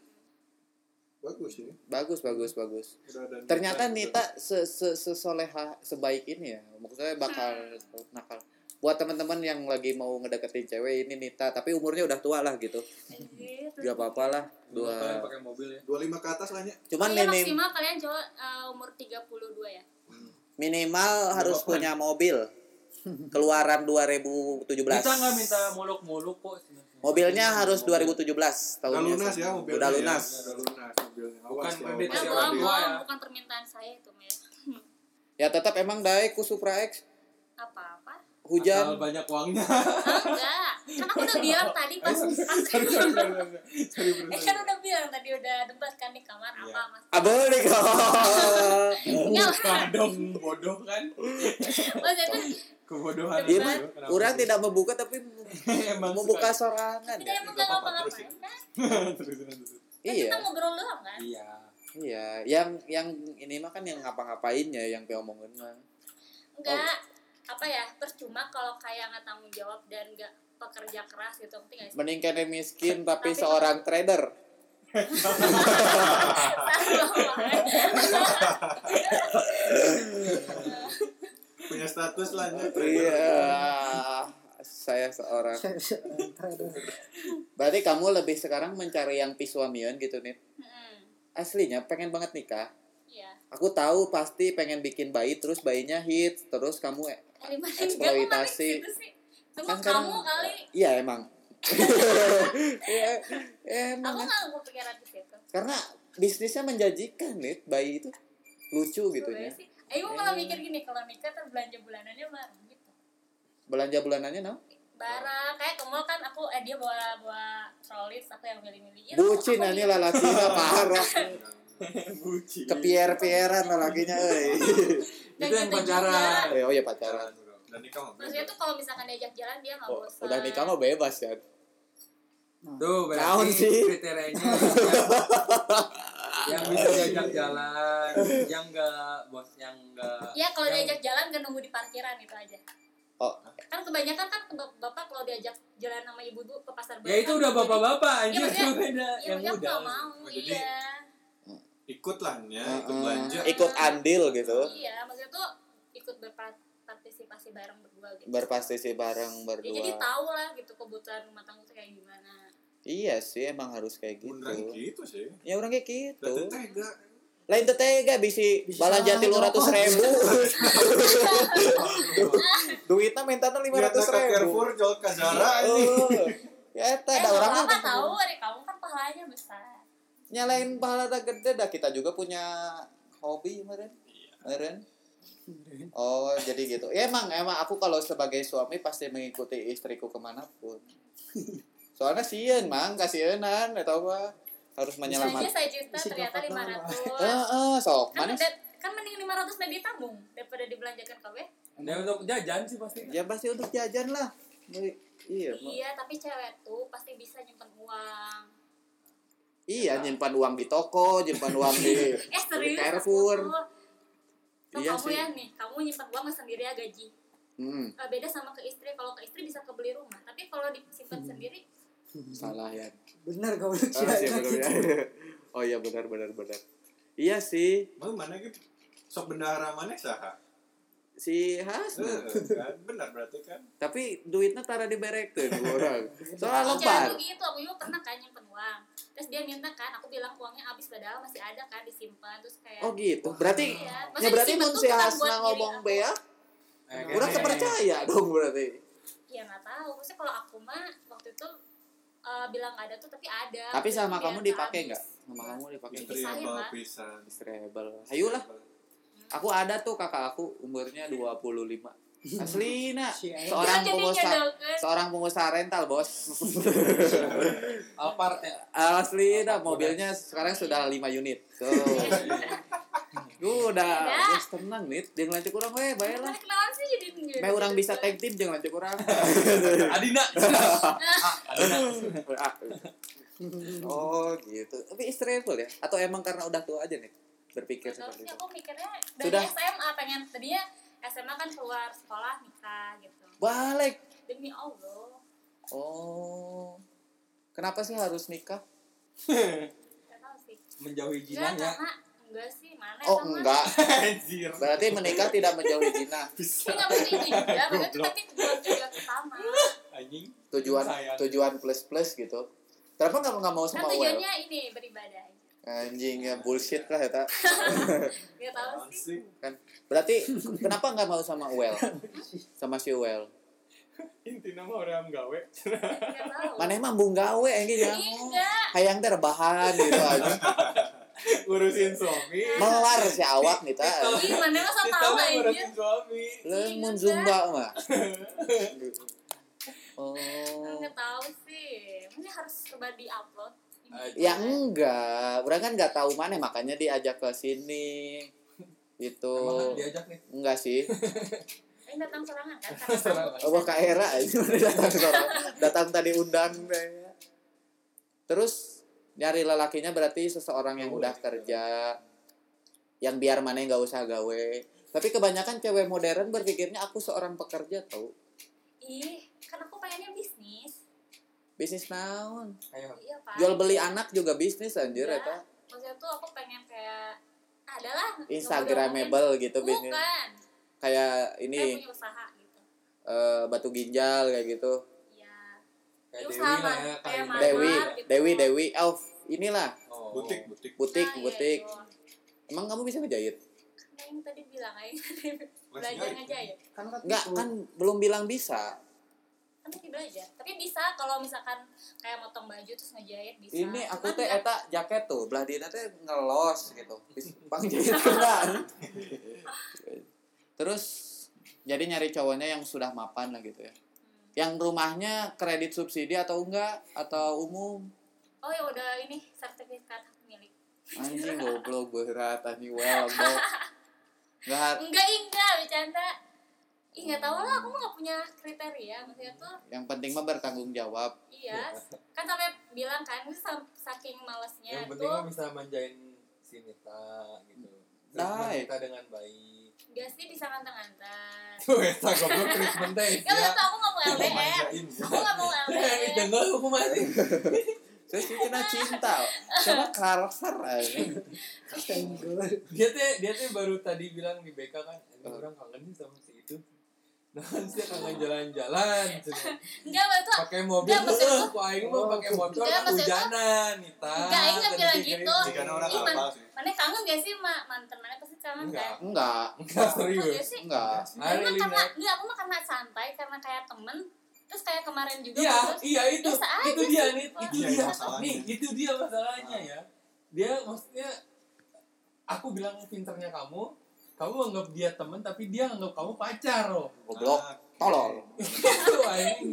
Bagus ya. Bagus, bagus, bagus. Udah ada Ternyata Nita Nita se se sesoleha sebaik ini ya. Maksudnya bakal nakal. Buat teman-teman yang lagi mau ngedeketin cewek ini Nita, tapi umurnya udah tua lah gitu. Anjir, terus- Gak apa-apa lah. Dua kalian Dua. pakai mobil ya. dua puluh lima ke atas lah nya. Cuman Iya, minim, maksimal kalian cowok uh, umur tiga puluh dua ya. minimal harus apa-apa. punya mobil. Keluaran dua ribu tujuh belas. Kita nggak minta muluk-muluk kok. Mobilnya harus dua ribu tujuh belas Udah tahunnya. lunas ya mobilnya. Udah ya. lunas. Udah lunas mobilnya. Bukan Awas ya. kredit Ya, Masih bohong, orang tua bohong, ya. bukan permintaan saya itu, Mel. Ya tetap emang daek ku Supra X. Apa-apa? Asal Hujan. banyak uangnya. Ah, enggak. Kan aku udah bilang tadi pas Sorry, pas sorry, sorry, sorry. Sorry, bro, Eh, sorry. kan udah bilang tadi udah debat kan di kamar Iya. apa mas? Abel nih kok. Enggak lah. Bukan dong, bodoh kan. Maksudnya itu Kebodohan. Iya itu, mah, kenapa orang sih? tidak membuka tapi Emang membuka suka. sorangan tidak ya. emang nggak gak apa-apa, ngapa-ngapain terusin. kan? Terus, terus, terus. Kan Iya. kita ngobrol doang kan? Iya. Iya, yang yang ini mah kan yang ngapa-ngapainnya yang diomongin mah. Enggak. Apa ya? Percuma kalau kayak nggak tanggung jawab dan nggak pekerja keras gitu, ngerti nggak sih? Mending kene miskin tapi Tapi- seorang trader. Punya status lah nya. Iya. Saya seorang. Berarti kamu lebih sekarang mencari yang pisuamian gitu nih. Mm-mm. Aslinya pengen banget nikah. Iya. Aku tahu pasti pengen bikin bayi terus bayinya hits terus kamu eh, Daripada eksploitasi. enggak, kok sih? Cuma Kan sekarang- kamu kali. Iya emang. Iya, emang. Aku nggak mau pikiran di situ. Karena bisnisnya menjanjikan nih bayi itu lucu gitu Gue ya. sih. Ayo malah mikir gini, kalau nikah kan belanja bulanannya bareng gitu. Belanja bulanannya no? Barang kayak ke mall kan aku eh dia bawa bawa trolleys, aku yang milih-milih. Ya, Bucin aku ini milih. lalakinya parah. Buci. Kepier-pieran lalakinya euy. Dan Itu yang gitu pacaran. Eh, oh ya pacaran. Dan nikah mah Maksudnya tuh kalau misalkan diajak jalan dia nggak Oh, bosan. udah nikah mah bebas kan. Tuh, Naon berarti sih? kriterianya yang, yang bisa diajak jalan, yang enggak, bos, yang enggak. Iya kalau yang- diajak jalan gak nunggu di parkiran itu aja. Oh. Kan kebanyakan kan ke bap- bapak kalau diajak jalan sama ibu-ibu ke pasar Ya itu udah bapak-bapak anjir, Iya, maksudnya- itu beda. Iya Yang maksudnya aku muda. gak mau. Oh, jadi- Iya. ikut lah nya, ikut Heeh. belanja. Ikut andil gitu. Iya maksudnya tuh ikut berpartisipasi bareng berdua gitu. Berpartisipasi bareng Ya, jadi berdua. tahu lah gitu kebutuhan rumah tangga tuh kayak gimana. Iya sih emang harus kayak Beneran gitu. gitu sih. Ya orang kayak gitu. Dan tega. lain teh tega bisi Bisa balanja tilu ratus ribu. Duitnya mintanya lima ratus Lihatna ka ribu. Carrefour jual ka Zara ini. Oh, ya eta Eh, ada orang lama mah tahu dari kamu kan pahalanya besar. nyalain pahala gede dah, kita juga punya hobi kemarin. Kemarin. Oh, jadi gitu. Ya emang emang aku kalau sebagai suami pasti mengikuti istriku kemanapun. Soalnya sieun mang kasienan atau apa harus Misalnya menyelamatkan. saya juta Isi ternyata dapat lima nama. ratus. Heeh, sok Kan manis. udah- kan mending lima ratus nya ditabung daripada dibelanjakan kabeh. Dia untuk jajan sih pasti. Ya pasti untuk jajan lah. Iya, Ma. Iya, tapi cewek tuh pasti bisa nyimpen uang. Iya, nyimpan uang di toko, nyimpan uang di Eh serius Carrefour. aku tuh. So, Iya kamu sih. ya nih, kamu nyimpan uang sendiri ya gaji. Hmm, Eh, beda sama ke istri. Kalau ke istri bisa kebeli rumah, tapi kalau disimpan sendiri salah ya. Benar kau Oh, iya, benar, ya. Oh iya benar benar benar. Iya sih, Mau mana gitu? Sok bendahara mana saha? si Hasna. Heeh, kan benar berarti kan. Tapi duitnya tara diberekeun ku urang. Soalnya cewek lebar. tuh gitu, aku juga pernah kan nyimpen uang. Terus dia minta kan, aku bilang uangnya habis padahal masih ada kan disimpan. Terus kayak Oh gitu. Berarti iya. ya Maksudnya berarti disimpan mun tuh si bukan buat Hasna diri ngomong aku. bea, Eh, urang kayaknya- kepercaya dong berarti. Ya nggak tahu. Maksudnya kalau aku mah waktu itu eh, bilang ada tuh tapi ada. Tapi Terus sama dia kamu nggak dipakai habis. enggak? Sama kamu dipakai Iya. enggak? Dipisahin, Triable Pak. pisan. Stable. Ayolah. Aku ada tuh kakak aku umurnya dua puluh lima. Aslina, Si Aing. seorang Dia jadi pengusaha nyodokeun. seorang pengusaha rental, Bos. Alphard ya. Asli dah mobilnya sekarang sudah lima unit. Tuh. Gue udah Beda. geus tenang nih, jeung lanceuk urang we bae lah. Mana kenalan sih jadi nyodokeun? Bae urang bisa tag team jeung lanceuk urang. Adina. Oh, gitu. Tapi stressful ya? Atau emang karena udah tua aja nih berpikir Nggak tahu seperti sih, itu? aku mikirnya dari Sudah. S M A pengen tadinya S M A kan keluar sekolah nikah gitu. Balik. Demi Allah. Oh. Kenapa sih harus nikah? Gak tahu sih. Menjauhi Enggak, jinanya. karena enggak sih, mana Oh, sama. enggak. Anjir. Berarti menikah tidak menjauhi zina. Ini enggak mesti itu juga, maksudnya tapi tujuan tujuan utama. Anjing. Tujuan Sayang. tujuan plus plus gitu. Kenapa kamu nggak mau Kan sama Well? tujuannya ini beribadah aja. Anjing ya bullshit lah ya tak. Gak tahu sih. Asik. Kan berarti kenapa nggak mau sama Well? Sama si Well. Intina mah orang gawe. Gak tahu. Mana emang bung gawe anjing ya. Enggak. Hayang teh rebahan gitu aja. Ngurusin suami. Melar si awak nih tak. Ih, mana masa Kita tahu mah aja. ngurusin suami. Lemun zumba mah. Oh. Enggak tahu sih. Ini harus coba di-upload. Ya enggak, orang kan nggak tahu mana makanya diajak ke sini. Itu Emang diajak nih. enggak sih. Ini datang serangan kan karena Serangan. tahu Oh, Kak Era aja datang seorang. Datang tadi undang deh. Terus nyari lelakinya berarti seseorang yang udah kerja, yang biar mana nggak usah gawe. Tapi kebanyakan cewek modern berpikirnya aku seorang pekerja tau. Ih, kan aku pengennya bisnis. Bisnis naon? Ayo. Iya, Pak. Jual beli anak juga bisnis anjir Iya. eta. Maksudnya tuh aku pengen kayak adalah Instagramable gitu bisnis. Bukan. Kayak Saya ini punya usaha gitu. eh, batu ginjal kayak gitu. Iya. Kayak Dewi Dewi lah ya. kayak kayak Mahar Dewi, gitu. Dewi, Dewi, Elf. Inilah Oh. Butik, butik. butik, Nah, iya, butik. itu. Emang kamu bisa ngejahit? Kan yang tadi bilang aja Masih belajar jahit. ngejahit. Kan kan Enggak, itu. kan belum bilang bisa. Kan tadi belajar. Tapi bisa kalau misalkan kayak motong baju terus ngejahit bisa. Ini aku Cuman teh nggak- eta jaket tuh, belah dina teh ngelos gitu. Bang jahit kan. Terus jadi nyari cowoknya yang sudah mapan lah gitu ya. Hmm. Yang rumahnya kredit subsidi atau enggak atau umum. Oh ya udah ini sertifikat hak milik. Anjing goblok berat ani well bro. Enggak, Enggak, enggak, bercanda. Ih, enggak tahu lah, aku mah enggak punya kriteria. Maksudnya tuh, yang penting mah bertanggung jawab. iya. Kan sampai bilang kan, itu sam- saking malesnya Yang penting tuh. mah bisa manjain si Nita gitu. Dai. Nita dengan baik. Enggak sih bisa nganter-nganter. Tuh, eta goblok treatment teh. Ya betul, aku enggak mau L D R. Manjain. Aku enggak mau L D R. Dengar aku masih. Terus kita cinta. Coba karakter aja. Tenggel. Dia teh dia teh baru tadi bilang di B K kan, ini orang kangen nih sama si itu. Nah, sih kangen jalan-jalan. Enggak, itu Pakai mobil Enggak, maksud tuh, gua- kok aing mah pakai motor Enggak, maksud gua- kehujanan, Nita. Enggak, aing nggak bilang Tadi gitu. kayak Jika orang Ih, man- apa sih? mana kangen gak sih ma mantan mana pasti kangen Enggak. kan? Enggak, Enggak Enggak serius. sih. enggak. Aku Hari mah ini karena naik. enggak, aku mah karena santai, karena kayak temen. Terus kayak kemarin juga Iya, terus iya itu. biasa aja Itu dia sih, nih, Pak. itu Iya, dia. masalahnya. Nih, itu dia masalahnya ya. Dia maksudnya aku bilang pinternya kamu, kamu anggap dia temen tapi dia anggap kamu pacar loh. Goblok, Ah, tolol. Itu anjing.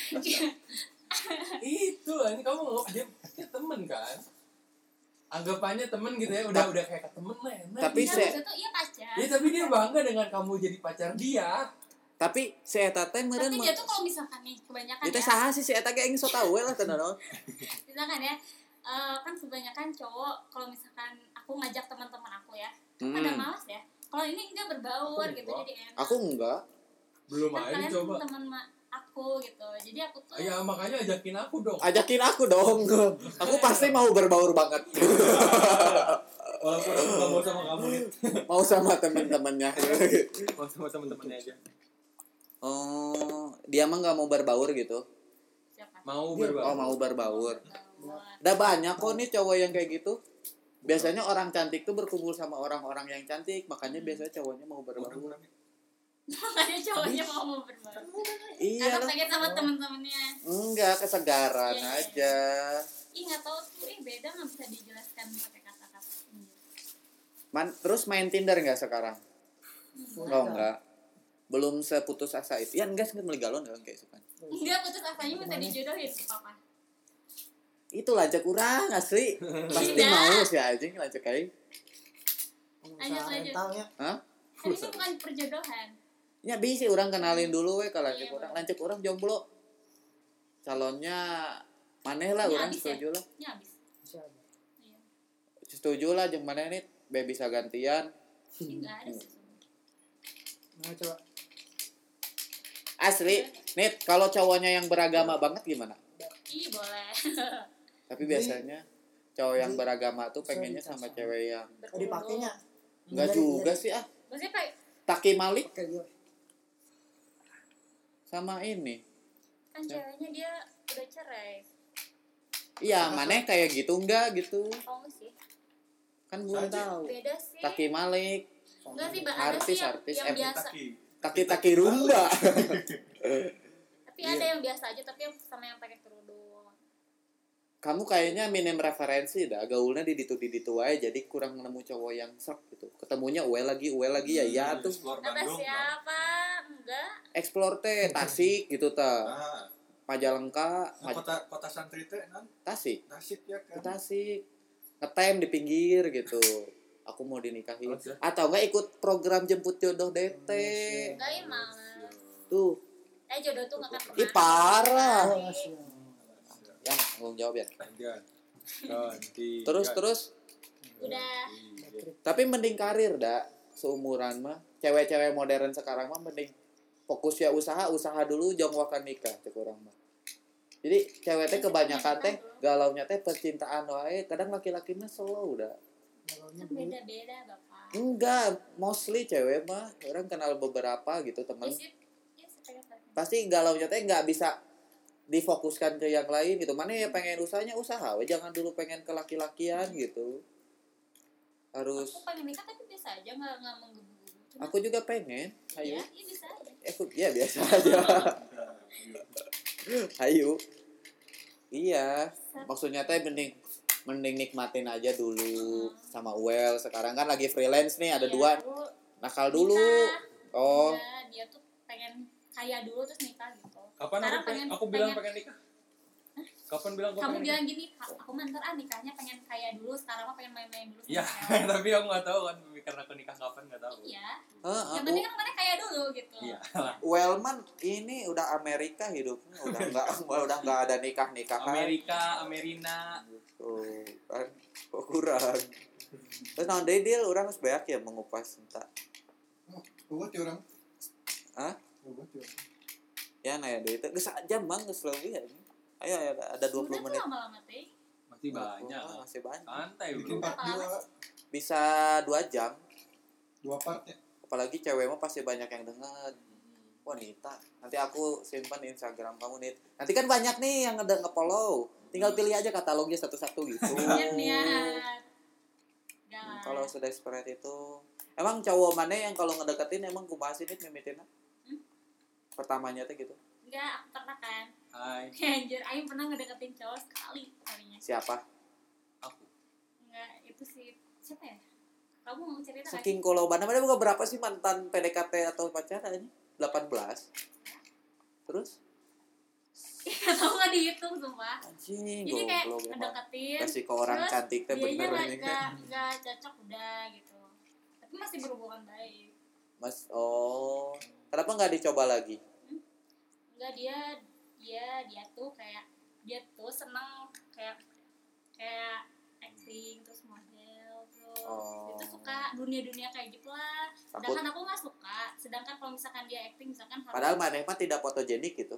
Itu anjing kamu anggap dia, dia temen kan? Anggapannya temen gitu ya, udah udah kayak temen lah enak. Tapi Iya, se- maksud tuh iya pacar. Ya tapi dia bangga dengan kamu jadi pacar dia. Tapi si eta teh meureun Tapi mah. dia tuh kalau misalkan nih kebanyakan Itu ya, saha sih si eta ge aing sok tahu we lah teh naon. misalkan ya eh, kan kebanyakan cowok kalau misalkan aku ngajak teman-teman aku ya, Hmm. pada malas ya. Kalau ini enggak berbaur Aku gitu enggak. jadi enak. Aku enggak. Belum kan aja kalian coba. teman ma- aku gitu. Jadi aku tuh Ya makanya ajakin aku dong. Ajakin aku dong. Aku pasti mau berbaur banget. Walaupun aku gak mau sama kamu nih. Mau sama temen-temennya. Mau sama temen-temennya aja. Oh, dia mah nggak mau berbaur gitu. siapa? Mau Dia- berbaur. Oh, mau berbaur. Berbaur. Udah banyak kok nih cowok yang kayak gitu. Biasanya orang cantik tuh berkumpul sama orang-orang yang cantik, makanya biasanya cowoknya mau berbaur. Makanya cowoknya mau mau berbaur. Iya Karena lah. pengen sama temen-temennya. Enggak, kesegaran Iya, iya, aja. Ih nggak tahu tuh, ih beda nggak bisa dijelaskan pakai kata-kata. Man, terus main Tinder nggak sekarang? Hmm. Oh enggak. Belum seputus asa itu. Ya enggak sih meligalon kan kayak suka. Enggak, putus asanya minta dijodohin ke papa. Itu lajak kurang asli. Pasti Tidak. mau sih anjing lajak aing. Lanjut, Usaha lanjut. rentalnya. Hah? Kan ini bukan perjodohan. Ya bisa orang kenalin dulu we kalau lanjut Iya, orang. boleh. Lanjut orang jomblo. Calonnya maneh lah Ini orang habis ya? setuju lah. Ini habis. Bisa aja. Iya. Setuju lah jeung maneh nih be bisa gantian. Ini enggak ada sih. Nah, coba. Asli, Nit, kalau cowoknya yang beragama banget gimana? Ih, boleh. Tapi biasanya cowok yang beragama tuh pengennya sama cewek yang Oh, dipakainya. enggak juga sih ah. Maksudnya kayak Taki Malik Oke, gila. sama ini. kan ceweknya dia udah cerai. Iya, maneh kayak gitu enggak gitu. Oh enggak sih. Kan belum Saja. tahu. Beda sih. Taki Malik, Enggak sih, Mbak. Ada sih yang, Artis-artis, yang eh, biasa. Taki. taki-taki rumba. Tapi ada yang biasa aja, tapi yang sama yang pakai kerudung. Kamu kayaknya minim referensi dah, gaulnya di ditu di ditu aja, jadi kurang nemu cowok yang sok gitu. Ketemunya uwe lagi, uwe lagi ya ya tuh. Explore Kata Bandung, kan? siapa? Enggak. Explore teh Tasik gitu ta. Ah, Majalengka, nah, Maj- kota kota santri teh nan Tasik, Tasik ya ke kan. Tasik. Ngetem di pinggir gitu. Aku mau dinikahin. Oh, siap. Atau enggak ikut program jemput jodoh D T. Enggak ya, males. Tuh, Eh, jodoh tuh enggak akan ih parah. Oh, masih. Ya, tanggung jawab ya. Gantian. Ganti. Terus terus Udah. tapi mending karir dah seumuran mah. Cewek-cewek modern sekarang mah mending fokus ya usaha, usaha dulu jong wakan nikah cek urang mah. Jadi cewek teh kebanyakan teh galaunya teh percintaan wae, kadang laki-laki mah slow dah. Galaunya Kan dulu. beda-beda, Bapak. Enggak, mostly cewek mah orang kenal beberapa gitu teman. Ya sih. Ya, saya pengen. Pasti galaunya teh nggak bisa difokuskan ke yang lain gitu. Mana ya pengen usahanya usaha, we jangan dulu pengen ke laki-lakian gitu. Harus Aku pengen nikah tapi biasa aja, enggak enggak menggebu-gebu. Cuma, aku juga pengen. Ayo. ya, ya bisa aja. Aku ya biasa aja. Ayo. Iya, maksudnya teh mending mending nikmatin aja dulu sama Well. Sekarang kan lagi freelance nih, ada Iya, dua. dulu Nakal dulu. nikah. Oh, Udah, dia tuh pengen kaya dulu terus nikah gitu. Kapan Sekarang aku pengen, pengen- aku bilang pengen- pengen nikah? Kapan bilang aku Kamu pengen bilang gini, "Kak, aku mantar ah nikahnya pengen kaya dulu, sekarang mah pengen main-main dulu." sama Iya, cewek." tapi aku nggak tahu kan karena aku nikah kapan nggak tahu. Iya. eh, Yang aku penting kan mana kaya dulu gitu. Iya. Wellman ini udah Amerika hidupnya, udah nggak udah nggak ada nikah nikahan. Amerika, Amerina. Tuh kan, kok kurang. Terus naon deui deal orang harus banyak ya mengupas entah. Buat ya orang. Hah? Buat ya. Ya nah ya deui teh geus jam mah geus leuwih ya. Ayo ayo, ada dua puluh Udah tuh menit. lama-lama teh. Masih banyak. Oh, masih banyak. Santai Bikin bro. part dua, Bisa dua jam. dua part ya. Apalagi cewek mah pasti banyak yang denger. Wanita. Nanti aku simpan Instagram kamu nih. Nanti kan banyak nih yang udah nge-follow. Tinggal pilih aja katalognya satu-satu gitu. Niat niat. Jangan. Kalau sudah seperti itu, emang cowok mana yang kalau ngedeketin emang kumaha sih nih mimitina? Hmm? Pertamanya tuh gitu. Enggak, aku pernah kan. Hai, Anjir, Aing pernah ngedeketin cowok sekali kalinya. Siapa? aku. Enggak, itu sih siapa ya? Kamu mau cerita kan? Saking kolobana mana bukan berapa sih mantan P D K T atau pacaran? delapan belas. Terus? Iya, tahu nggak dihitung sumpah. Anjing, Jadi kayak goblok emang. ngedeketin. Kasih ke orang terus cantik teh dianya bener nggak nih. nggak nggak cocok udah gitu. Tapi masih berhubungan baik. Mas, oh. Kenapa nggak dicoba lagi? Enggak, dia dia dia tuh kayak dia tuh seneng kayak kayak acting terus model terus Oh. dia tuh suka dunia-dunia kayak gitulah. Takut. Sedangkan aku nggak suka. Sedangkan kalau misalkan dia acting misalkan harus Padahal maneh mah tidak fotogenik gitu.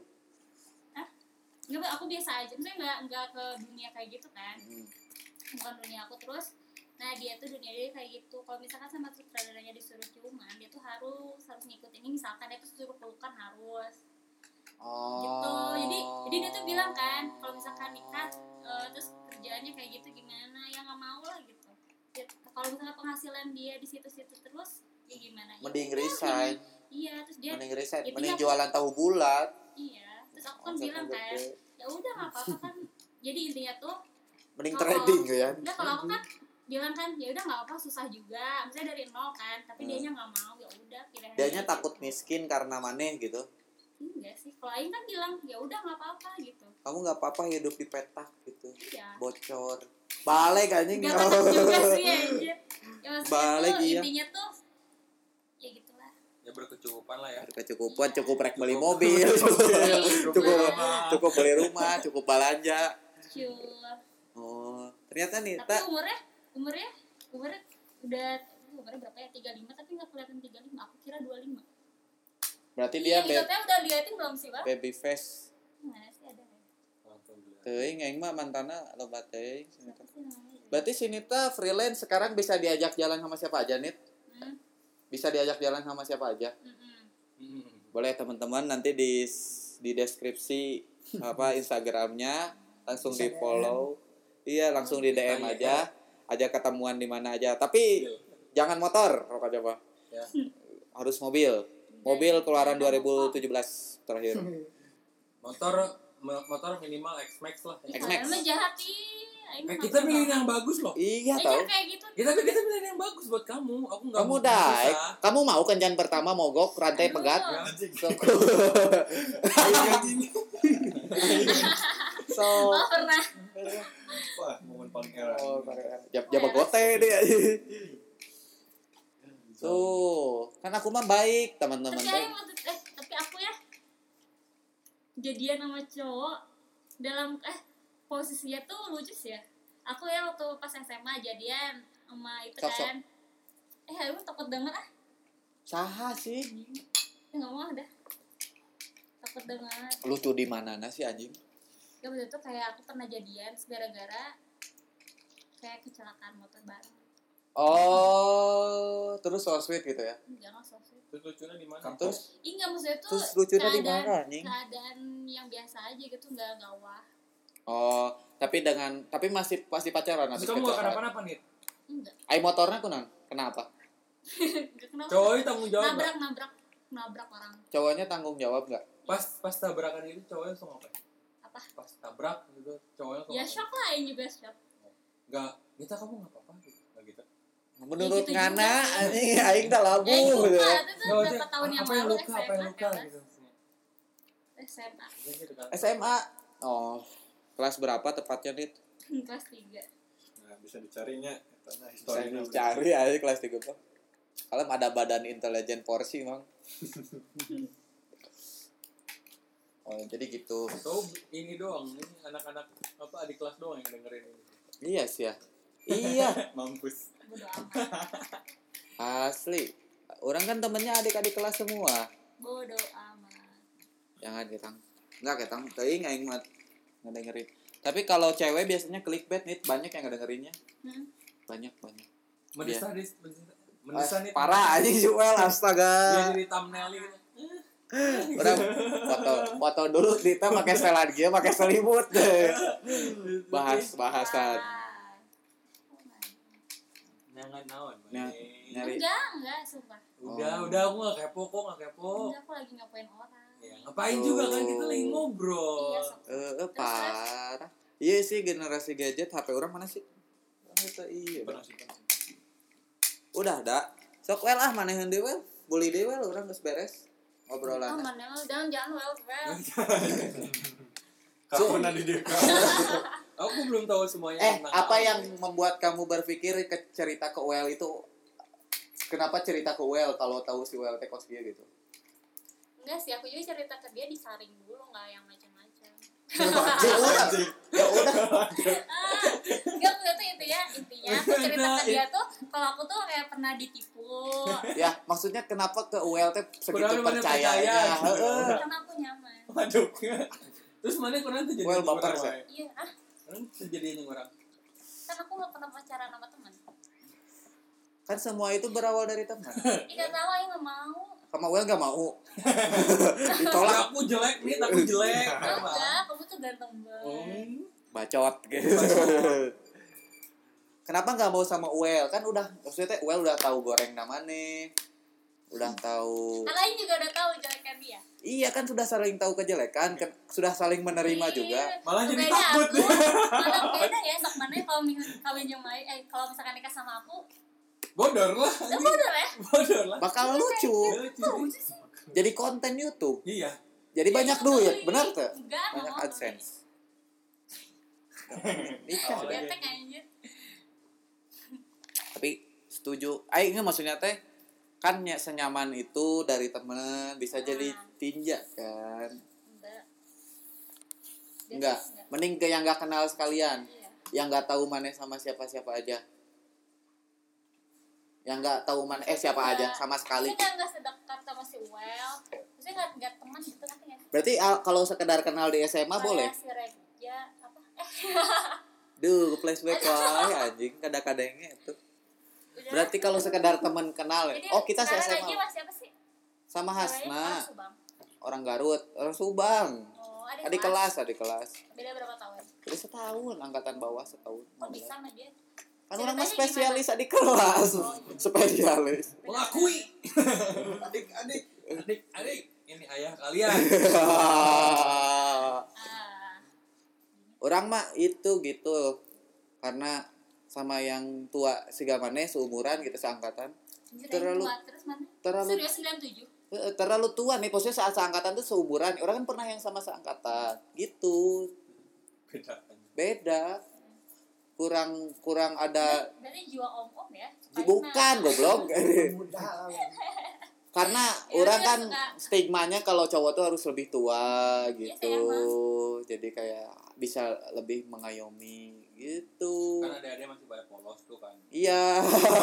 Enggak, aku biasa aja. Maksudnya enggak enggak ke dunia kayak gitu kan. Hmm. Bukan dunia aku terus. Nah, dia tuh dunia dia kayak gitu. Kalau misalkan sama sutradaranya disuruh ciuman, dia tuh harus harus ngikutin ini. Misalkan dia tuh suruh pelukan harus Oh. gitu. Jadi jadi dia tuh bilang kan, kalau misalkan nikah eh, terus kerjaannya kayak gitu gimana? Ya nggak mau lah gitu. Ya, kalau misalkan penghasilan dia di situ-situ terus, ya gimana? Ya Mending udah, resign. Iya, terus dia Mending resign, Intinya mending aku- jualan tahu bulat. iya. Terus aku kan Omset bilang gede. kan, ya udah nggak apa-apa kan. Jadi intinya tuh Mending Kalau- trading ya. enggak, kalau aku kan bilang kan ya udah nggak apa susah juga misalnya dari nol kan tapi Hmm. dianya nggak mau ya udah pilihan Dianya dia takut gitu. miskin karena maneh gitu. Enggak sih kalau Aing kan bilang ya udah nggak apa-apa gitu Kamu nggak apa-apa hidup di petak gitu. iya Bocor. Balik anjing. nggak petak juga sih anjir ya maksudnya Balik, tuh iya. intinya tuh ya gitulah Ya berkecukupan lah ya. Kecukupan, Iya. cukup rek beli Cukup. mobil, Cukup cukup rumah. cukup beli rumah, cukup belanja. Syukur. Oh, ternyata nih tapi tak umurnya umurnya umurnya udah umurnya berapa ya tiga puluh lima tapi nggak kelihatan tiga puluh lima aku kira dua puluh lima berarti iya dia ba- hidupnya udah liatin belum sih bang baby face. mana sih ada ya Alhamdulillah. Teuing aing mah mantana loba teuing. siapa sih namanya Berarti si Nita freelance sekarang bisa diajak jalan sama siapa aja, Nit? hmm. Bisa diajak jalan sama siapa aja? Mm-mm. Hmm. Boleh teman-teman nanti di di deskripsi apa Instagramnya langsung Bisa di follow. Iya, langsung di D M Tanya, aja. Aja ketemuan di mana aja. Tapi jangan motor, rokok coba. Ya. Harus mobil. Mobil keluaran dua ribu tujuh belas terakhir. Motor mo- motor minimal X-Max lah. Ih, X-Max. kalian mah jahat ih. Aing Eh, mah kita nggak milih mau. yang bagus loh. Iya Eh, tahu. jangan kayak gitu. Ya tapi kita milih yang bagus buat kamu. Aku nggak Kamu mau daik. susah. Kamu mau kencan pertama mogok rantai Aduh. pegat? Anjing. So, Anjing. so Oh, pernah. Wah, momen paling era. Oh, jab jaba gote dia. Tuh, kan aku mah baik, teman-teman. Tapi Aing waktu eh tapi aku ya jadian sama cowok dalam eh posisinya tuh lucu sih ya. Aku ya waktu pas S M A jadian sama itu Sok-sok. kan. Eh, aku takut denger ah. Saha sih? Ya enggak mau dah. Takut denger. Lucu di mana sih anjing? Ya waktu itu kayak aku pernah jadian gara-gara kayak kecelakaan motor bareng. Oh, terus so sweet gitu ya? Jangan so sweet. Terus lucunya di mana? Terus Ih, enggak maksudnya tuh terus lucunya di keadaan- mana anjing? keadaan yang biasa aja gitu enggak gawah. Oh, tapi dengan tapi masih pasti pacaran Terus habis kamu gak kecelakaan. kenapa-napa nih? Enggak. Ai motornya kunan. Kenapa? Enggak kenapa. Cowok itu tanggung jawab nabrak nggak? nabrak nabrak orang. Cowoknya tanggung jawab nggak? Pas pas tabrakan itu cowoknya langsung ngapain? Apa? Pas tabrak gitu cowoknya langsung Ya ngapain? shock lah, yang juga shock. Enggak, Nita kamu nggak apa-apa gitu. Enggak gitu. Menurut gitu Ngana, juga sih. anjing aing teh labu Eh, gitu. lupa, ya. itu tuh Nggak, maksudnya, berapa tahun yang apa yang lalu luka, apa yang luka S M A, gitu. S M A, Ya gitu kan. S M A. Oh, kelas berapa tepatnya, Dit? kelas tiga. Nah, bisa dicarinya karena Bisa historinya. dicari aja kelas tiga Pak. Kalau ada badan intelijen porsi, Mang. Oh, jadi gitu. Tahu ini doang, ini anak-anak apa adik kelas doang yang dengerin ini. Iya sih ya. Iya, Mampus. Bodo amat. asli. Orang kan temennya adik-adik kelas semua. Bodo amat. Jangan ketang. Enggak ketang, teuing aing mah ngedengerin. Tapi kalau cewek biasanya clickbait nih, banyak yang ngedengerinnya. Hmm. Banyak, banyak. Mendesa dis, mendesa Ah, nih. parah anjing Joel, Dia astaga. jadi thumbnail gitu. Orang foto foto dulu kita pakai setelan dia pakai selimut deh. Bahas bahasan. Jangan naon. Ny- nyari Enggak, enggak, sumpah. Udah, Oh. udah aku gak kepo kok, gak kepo. Enggak, aku lagi ngapain orang. Ya, ngapain juga kan kita lagi ngobrol. Iya, sok. eh eh, parah. Iya sih generasi gadget H P orang mana sih? Oh, itu iya. Pernah sih, pernah sih. Udah ada. Sok well ah manehan dewe well. Bully dewe well orang geus beres Oh, obrolan. mana jangan jangan well well. Kapan ada dia? Aku belum tahu semuanya. Eh, tentang apa kamu. yang membuat kamu berpikir ke cerita ke well itu kenapa cerita ke well kalau tahu si well teh kos dia gitu? Enggak sih, aku juga cerita ke dia disaring dulu, enggak yang macam-macam. Ya udah. Ya udah. Enggak, enggak tuh intinya, intinya aku cerita ke dia tuh kalau aku tuh kayak pernah ditipu. Ya, maksudnya kenapa ke well teh segitu Kurang mana percayanya? percaya. Heeh. Karena aku nyaman. Waduh. Terus mana kurang terjadi Well, dengan baper, orang, Shay. Wai? Iya, ah, Kurang terjadi dengan orang. kan aku enggak pernah pacaran sama teman. Kan semua itu berawal dari teman. Iya tahu, aku enggak mau. Sama well enggak mau. Tolak Ditolak aku jelek nih, aku jelek. Enggak, kamu tuh ganteng banget. Oh. bacot gitu. Kenapa nggak mau sama well? Kan udah maksudnya teh well udah tahu goreng namanya. Udah tahu. Kan lain juga udah tahu jelekan dia. Iya kan sudah saling tahu kejelekan, kan sudah saling menerima Iya. juga. Malah jadi Beda takut aku, malah beda ya sok mana kalau mis- kawin sama eh kalau misalkan nikah sama aku, bodor lah. ya bodoh ya. Bodor lah. Bakal lucu. Lucu Kok sih. lucu sih? Jadi konten YouTube. Iya. Jadi banyak duit, benar tuh? Enggak, Banyak mau. AdSense. Nikah Oh, deh. Bete anjir. Tapi setuju. Aing nggak maksudnya teh kan ya senyaman itu dari temen bisa jadi Ah. tinja kan. Enggak. Biasa Enggak, enggak. mending ke yang nggak kenal sekalian. Iya. Yang nggak tahu mana sama siapa-siapa aja. Yang nggak tahu mana eh siapa aja sama sekali. Maksudnya enggak sedekat sama si Well. Maksudnya enggak enggak teman gitu kan ya. Berarti al- kalau sekedar kenal di S M A boleh. Si Reja apa? Eh, Duh, flashback wae anjing kada-kadangnya itu. udah. Berarti kalau sekedar teman kenal ya. Jadi, Oh, kita se sekarang S M lagi A. mas siapa sih? Sama Ceweknya Hasna, orang Subang. orang Garut, orang Subang. Oh, adik, Adik kelas, adik kelas. Beda berapa tahun? Jadi setahun, angkatan bawah setahun. Kok bisa sama dia? Kan orang mah Ceritanya spesialis adik kelas. Oh, iya. Spesialis. Mengakui. Adik, adik, adik, adik. Ini ayah kalian. Ah, Orang mah itu gitu. Karena sama yang tua siga maneh seumuran gitu seangkatan. anjir, Terlalu- yang tua. Terus mana? Terlalu Serius sembilan puluh tujuh? eh, terlalu tua nih, maksudnya saat seangkatan tuh seumuran. Orang kan pernah yang sama seangkatan. Gitu. Beda. Beda. Kurang kurang ada Berarti jiwa om-om ya? Suka bukan enak. goblok. muda Karena Ya, orang dia kan suka. stigmanya kalau cowok tuh harus lebih tua Iya, gitu. saya Jadi kayak bisa lebih mengayomi gitu. Kan ada-ada masih banyak polos tuh kan. Iya.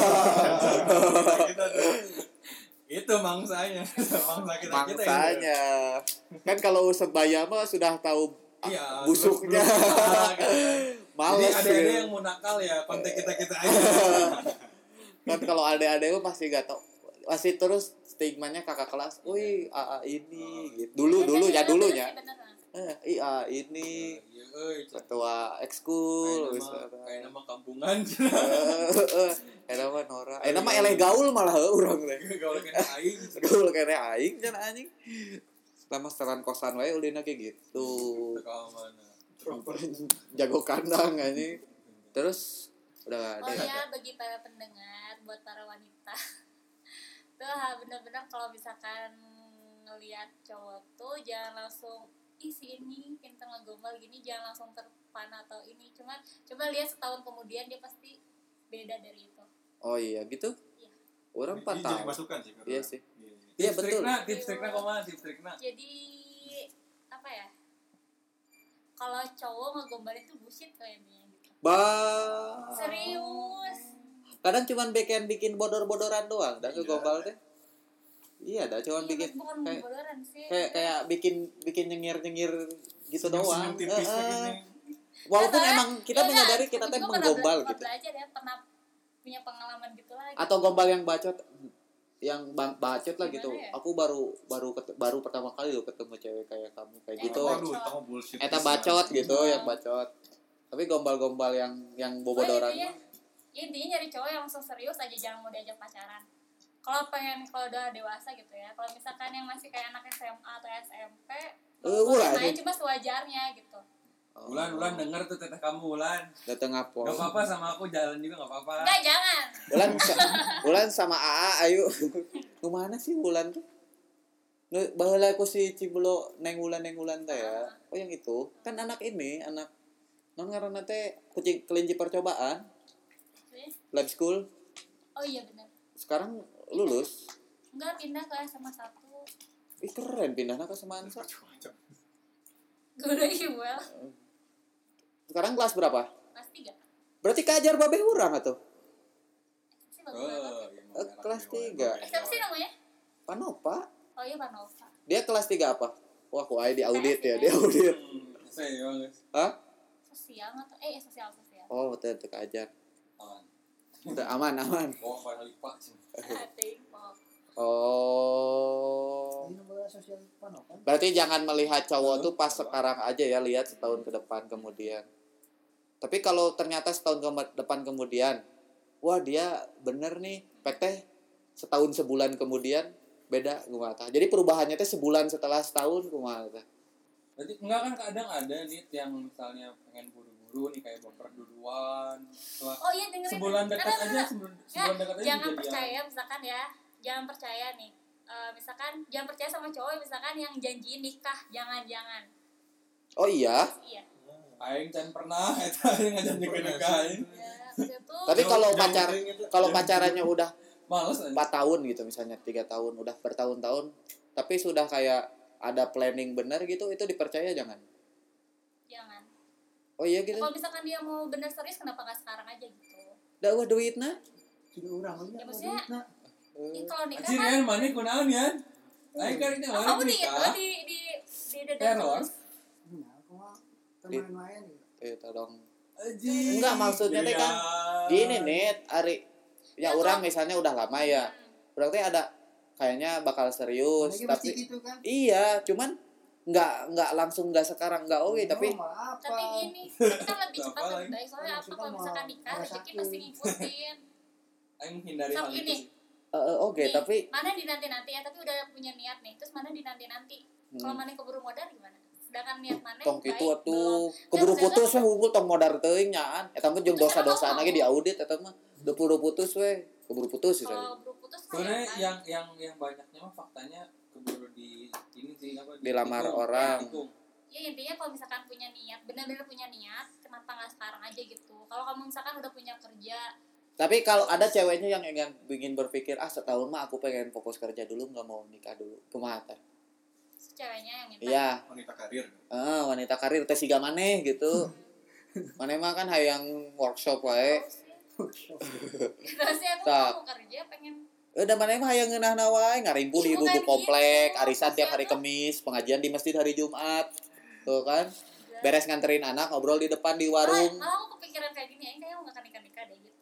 Kita tuh. Itu mangsanya. Mangsa kita kita. Mangsanya. Kan kalau sebaya mah sudah tahu Iya. busuknya. sebelum- gitu. Males. Jadi ada-ada gitu. yang mau nakal ya, kontak kita-kita aja. Kan kalau ada-ada mah pasti gak tau. Masih terus stigmanya kakak kelas. Wih, A A ini gitu. Dulu dulu ya dulunya. Eh, iya ini Iya, euy. ketua Kayak ekskul nama, kayak nama kampungan. eh nama Nora eh nama eleh gaul malah heuh urang teh Gaul kena aing. gaul kene aing can anjing lama seteran kosan wae ulina kayak gitu Teka mana. jago kandang anjing terus udah Oh ada ya, bagi para pendengar, buat para wanita tuh ha, bener-bener kalau misalkan ngelihat cowok tuh jangan langsung ih si ini pintar ngegombal gini, jangan langsung terpana atau ini, cuma coba lihat setahun kemudian dia pasti beda dari itu. oh iya gitu Iya. orang Ini empat jadi tahun masukan sih. karena- Iya sih. Iya. Iya, Tips betul. trikna, tips trikna koma, tips trikna. Jadi apa ya, kalau cowok ngegombal itu bullshit kayaknya gitu. ba Serius. kadang cuman bikin bikin bodor-bodoran doang dah ke Iya. gombal teh iya dah cuman Iya, bikin bukan kayak bodoran sih. kayak kayak bikin bikin nyengir-nyengir gitu doang. Senyum-senyum tipis Eh, kayak eh. gini. Walaupun Ya, emang kita ya, menyadari ya, kita aku teh juga pernah menggombal bela- gitu. belajar ya, pernah punya pengalaman gitu lagi. Atau gombal yang bacot. yang bang bacot lah gitu. Gimana ya? Aku baru baru ket- baru pertama kali loh ketemu cewek kayak kamu kayak Eh, gitu. bacot. Waduh, tahu bullshit. Eta pisan. bacot gitu, Hmm. yang bacot. Tapi gombal-gombal yang yang Oh, bobodoran. intinya, ya, intinya nyari cowok yang langsung serius aja, jangan mau diajak pacaran. Kalau pengen kalau udah dewasa gitu ya, kalau misalkan yang masih kayak anak S M A atau S M P, Eh, boleh ulah, main itu. cuma sewajarnya gitu. Oh. Ulan, Ulan denger tuh teteh kamu Ulan. Dateng apa? Gak apa-apa sama aku jalan juga gak apa-apa. Enggak, jangan. Ulan sa- Ulan sama A A ayo. Kemana sih Ulan tuh? Nu baheula ku si Cibulo neng Ulan neng Ulan teh ya. Oh yang itu kan anak ini, anak non ngaranna teh kucing kelinci percobaan, lab school. Oh iya benar. Sekarang lulus. Enggak, pindah ke S M A satu. Ih keren pindahna ke Semansa. Guru Iwel Sekarang kelas berapa? kelas tiga. Berarti kajar babeh urang atuh. Sih bagus Oh, banget. iya, Eh, mau kelas merah, tiga. iya, Siapa sih namanya? Panova. Oh iya, Panova. Dia kelas tiga apa? Wah, aku aja di audit ya, P S. di audit. Hmm, saya banget. Hah? Sosial atau eh sosial sosial. Oh, betul betul kajar. Aman. Udah aman aman. Oh, paling lipat sih. Tengok. Oh. Ini nomor sosial Panokan. Berarti jangan melihat cowok tuh pas sekarang aja ya, lihat setahun ke depan kemudian. Tapi kalau ternyata setahun ke depan kemudian, wah dia bener nih, peteh setahun sebulan kemudian beda gimana? Jadi perubahannya teh sebulan setelah setahun gimana? Berarti enggak kan kadang ada nih yang misalnya pengen buru-buru nih kayak baper duluan. Setelah Oh iya, dengerin. sebulan dekat Ada, aja, ada. sebulan, Ya, sebulan dekat aja jangan jadian. percaya misalkan ya, jangan percaya nih. Eh, misalkan jangan percaya sama cowok misalkan yang janjiin nikah, jangan-jangan. Oh iya. Iya. Aing can pernah eta yang ngajak nikah-nikahin. Ya, waktu itu Tapi kalau Jauh- pacar jauh itu. kalau pacarannya udah Males aja. empat tahun gitu misalnya, tiga tahun, udah bertahun-tahun, tapi sudah kayak ada planning bener gitu, itu dipercaya jangan. jangan. Oh iya gitu. Kalau misalkan dia mau bener serius, kenapa nggak sekarang aja gitu? Da wah duitna. Sudah orang lagi. Ya, maksudnya- Nah, Ini kalau nikah Anjir kan, kan mana kunaon ya? Aing kan ini oh, orang kamu di nikah. oh, di di di di Teror. nah, aku mah teman main gitu. Eh tolong. Anjir. Enggak, maksudnya teh kan gini nih, Ari. Ya Ya, orang kalau- misalnya udah lama ya. Berarti ada kayaknya bakal serius, Lagi pasti tapi gitu kan. iya, cuman nggak nggak langsung nggak sekarang nggak oke, tapi Oh, apa? Tapi gini, tapi kan lebih cepat Apa lebih baik. Soalnya apa Maksudnya kalau mau misalkan nikah, rezeki ngerasain. pasti ngikutin. Aing menghindari Sama hal itu ini. sih. eh, eh, oke, Nih, tapi mana di nanti nanti ya, tapi udah punya niat nih. Terus mana di nanti nanti. Kalau hmm, mana keburu modal gimana? Sedangkan niat mana tong baik, kitu atuh belum. keburu Terus putus we hungkul tong modar teuing nyaan. Eta mah jeung Putus sama dosa-dosa ngomong. lagi di audit eta mah. Udah keburu putus we, keburu putus sih saya. Kalau keburu putus mah Sebenarnya ya kan? yang yang yang banyaknya mah faktanya keburu di ini sih apa Dilamar ditikung. orang. Ditikung. Ya intinya kalau misalkan punya niat, benar-benar punya niat, kenapa nggak sekarang aja gitu? Kalau kamu misalkan udah punya kerja, Tapi kalau ada ceweknya yang ingin ingin berpikir ah setahun mah aku pengen fokus kerja dulu nggak mau nikah dulu, kumaha teh? si ceweknya yang minta. Iya, Wanita karir. eh, wanita karir teh siga maneh gitu. Maneh mah kan hayang workshop wae. Terus sih aku Tak. mau kerja pengen Udah maneh mah hayang ngeunahna wae, ngarimpu di Ih, bukan ibu-ibu komplek, gitu. arisan tiap hari Maksudnya Kamis, pengajian di masjid hari Jumat. Tuh kan. Beres nganterin anak ngobrol di depan di warung. Malah, malah aku kepikiran kayak gini ya, kayaknya aku gak akan nikah-nikah deh gitu.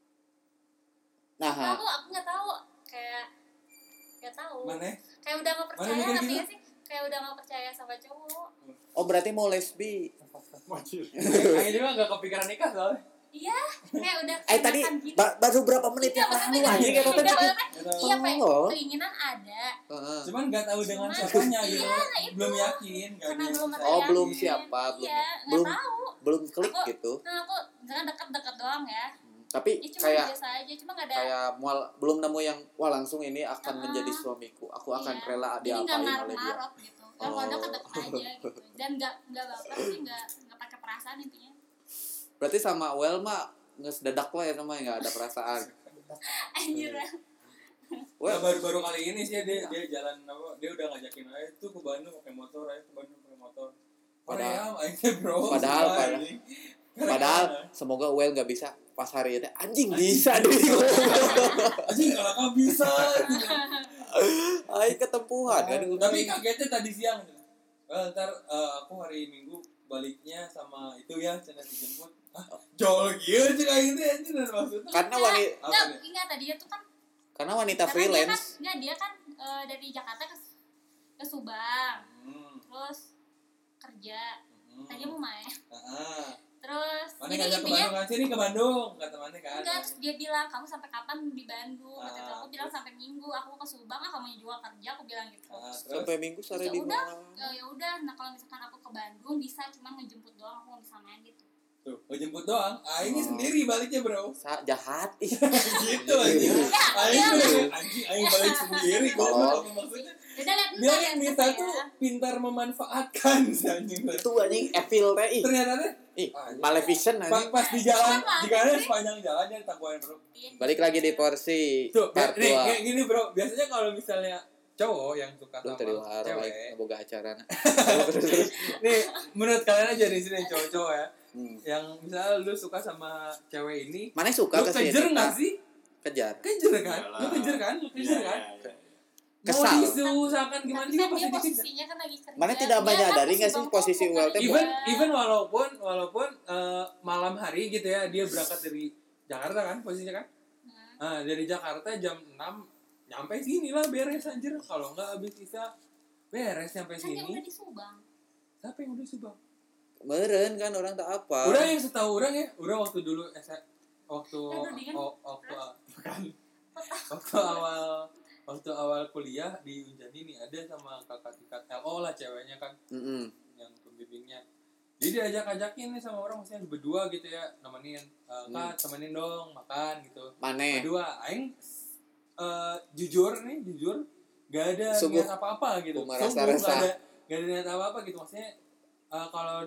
Nah, ha. Aku aku nggak tahu kayak nggak tahu. Mana? Kayak udah nggak percaya mikir ngerti gitu? gak sih? Kayak udah nggak percaya sama cowok. Oh berarti mau lesbi. Wajib. Aing juga enggak kepikiran nikah soalnya. Iya, kayak udah Eh tadi kebanyakan gitu. ba- baru berapa menit Iya, yang lalu maksudnya anjing gitu. kata Udah, tadi. maksudnya, Iya, Pak. Oh. Keinginan ada. Heeh. Cuman enggak tahu dengan Cuman, siapanya gitu. iya, nah itu. Belum yakin, enggak Karena ada belum yang ada Oh, yakin. belum siapa, belum- Iya, nggak belum tahu. Belum klik Aku- gitu. Nah, aku misalkan dekat-dekat doang ya. Tapi Ya cuma kayak biasa aja, cuma nggak ada. kayak mual belum nemu yang wah langsung ini akan Ah. menjadi suamiku. Aku akan Iya. rela Jadi nggak diapain oleh dia. marot-marot gitu. Kan kalau Oh. deket-deket aja gitu. Dan nggak nggak baper sih, nggak nggak pakai perasaan intinya. Berarti sama Well mah nges dadak wae sama nggak ada perasaan. Anjir. Iya. Well, Well, baru-baru kali ini sih dia dia jalan apa? Dia udah ngajakin aja tuh ke Bandung pakai motor, aja ke Bandung pakai motor. Padahal- Padahal aing bro. padahal- sumpah, padahal- anjing. padahal semoga Well nggak bisa pas hari itu anjing bisa deh. Anjing kalau kau bisa. Ay ketempuhan kan. Tapi kagetnya tadi siang. Eh, ntar eh, aku hari Minggu baliknya sama itu ya, cina dijemput. Ah, jol gitu cina ini anjing dan maksudnya. karena Nggak, wanita Apa nggak, nih? ingat tadi dia tuh kan Karena wanita Karena freelance. dia kan, enggak, dia kan eh, dari Jakarta ke ke Subang, Hmm. terus kerja. Hmm. Tadi mau main. Heeh. Terus Mana jadi ngajak ke intinya Bandung kan sini ke Bandung kata mana kan. enggak, terus dia bilang kamu sampai kapan di Bandung? Kata Ah, aku bilang sampai Minggu. Aku ke Subang, ah kamu juga kerja, aku bilang gitu. Ah, terus Sampai Minggu sore Ya di udah, mana? ya ya udah. Nah kalau misalkan aku ke Bandung bisa cuma ngejemput doang, aku nggak bisa main gitu. tuh, mau jemput doang. Ah ini Oh. sendiri baliknya, Bro. Sa- jahat ih. Gitu anjing. Ya, Aing ya. tuh anjing aing balik sendiri Oh. goblok maksudnya. Udah lihat Dia ntar yang ya, Nita ya. tuh pintar memanfaatkan si anjing. Itu anjing evil teh ih. Ternyata teh Ih, Ah, iya. Maleficent pas, anjing. pas di jalan, Sama, di jalan sih. sepanjang jalannya takuan, Bro. Balik lagi di porsi Tuh, part nih, dua. kayak gini, Bro. Biasanya kalau misalnya cowok yang suka Lu sama tadi waro cewek. aing boga acara. Terus terus. Nih, menurut kalian aja di sini cowok-cowok ya. Hmm. Yang misalnya lu suka sama cewek ini, Mana suka lu ke si kejer Eta? nggak sih? Kejar. Kejer kan? Iyalah. Lu kejer kan? Lu kejer Iya, kan? iya, iya. Mau Kesal. disusahakan gimana Tapi juga kan pasti dia dikejar. posisinya kan lagi kerja. Mana tidak Dia menyadari kan nggak sih Subang posisi tuh U L T bukan Even dia. even walaupun walaupun eh, malam hari gitu ya, dia berangkat dari Jakarta kan posisinya kan? Hmm. Nah, dari Jakarta jam enam nyampe sini lah beres anjir. Kalau enggak habis isa beres nyampe Kan dia sini. udah di Subang. Siapa yang udah Subang? Meren kan orang tak apa. Udah yang setahu orang ya, udah waktu dulu S waktu Eh, Brodingan. o- waktu bukan waktu awal waktu awal kuliah di Unjani nih ada sama kakak tingkat L O lah ceweknya kan Mm-mm. yang pembimbingnya. Jadi diajak-ajakin nih sama orang maksudnya berdua gitu ya, nemenin eh, Kak, temenin dong makan gitu. Mane. Berdua aing eh, jujur nih, jujur gak ada Sungguh. niat apa-apa gitu. Merasa Sungguh resah. gak ada gak ada niat apa-apa gitu maksudnya eh, kalau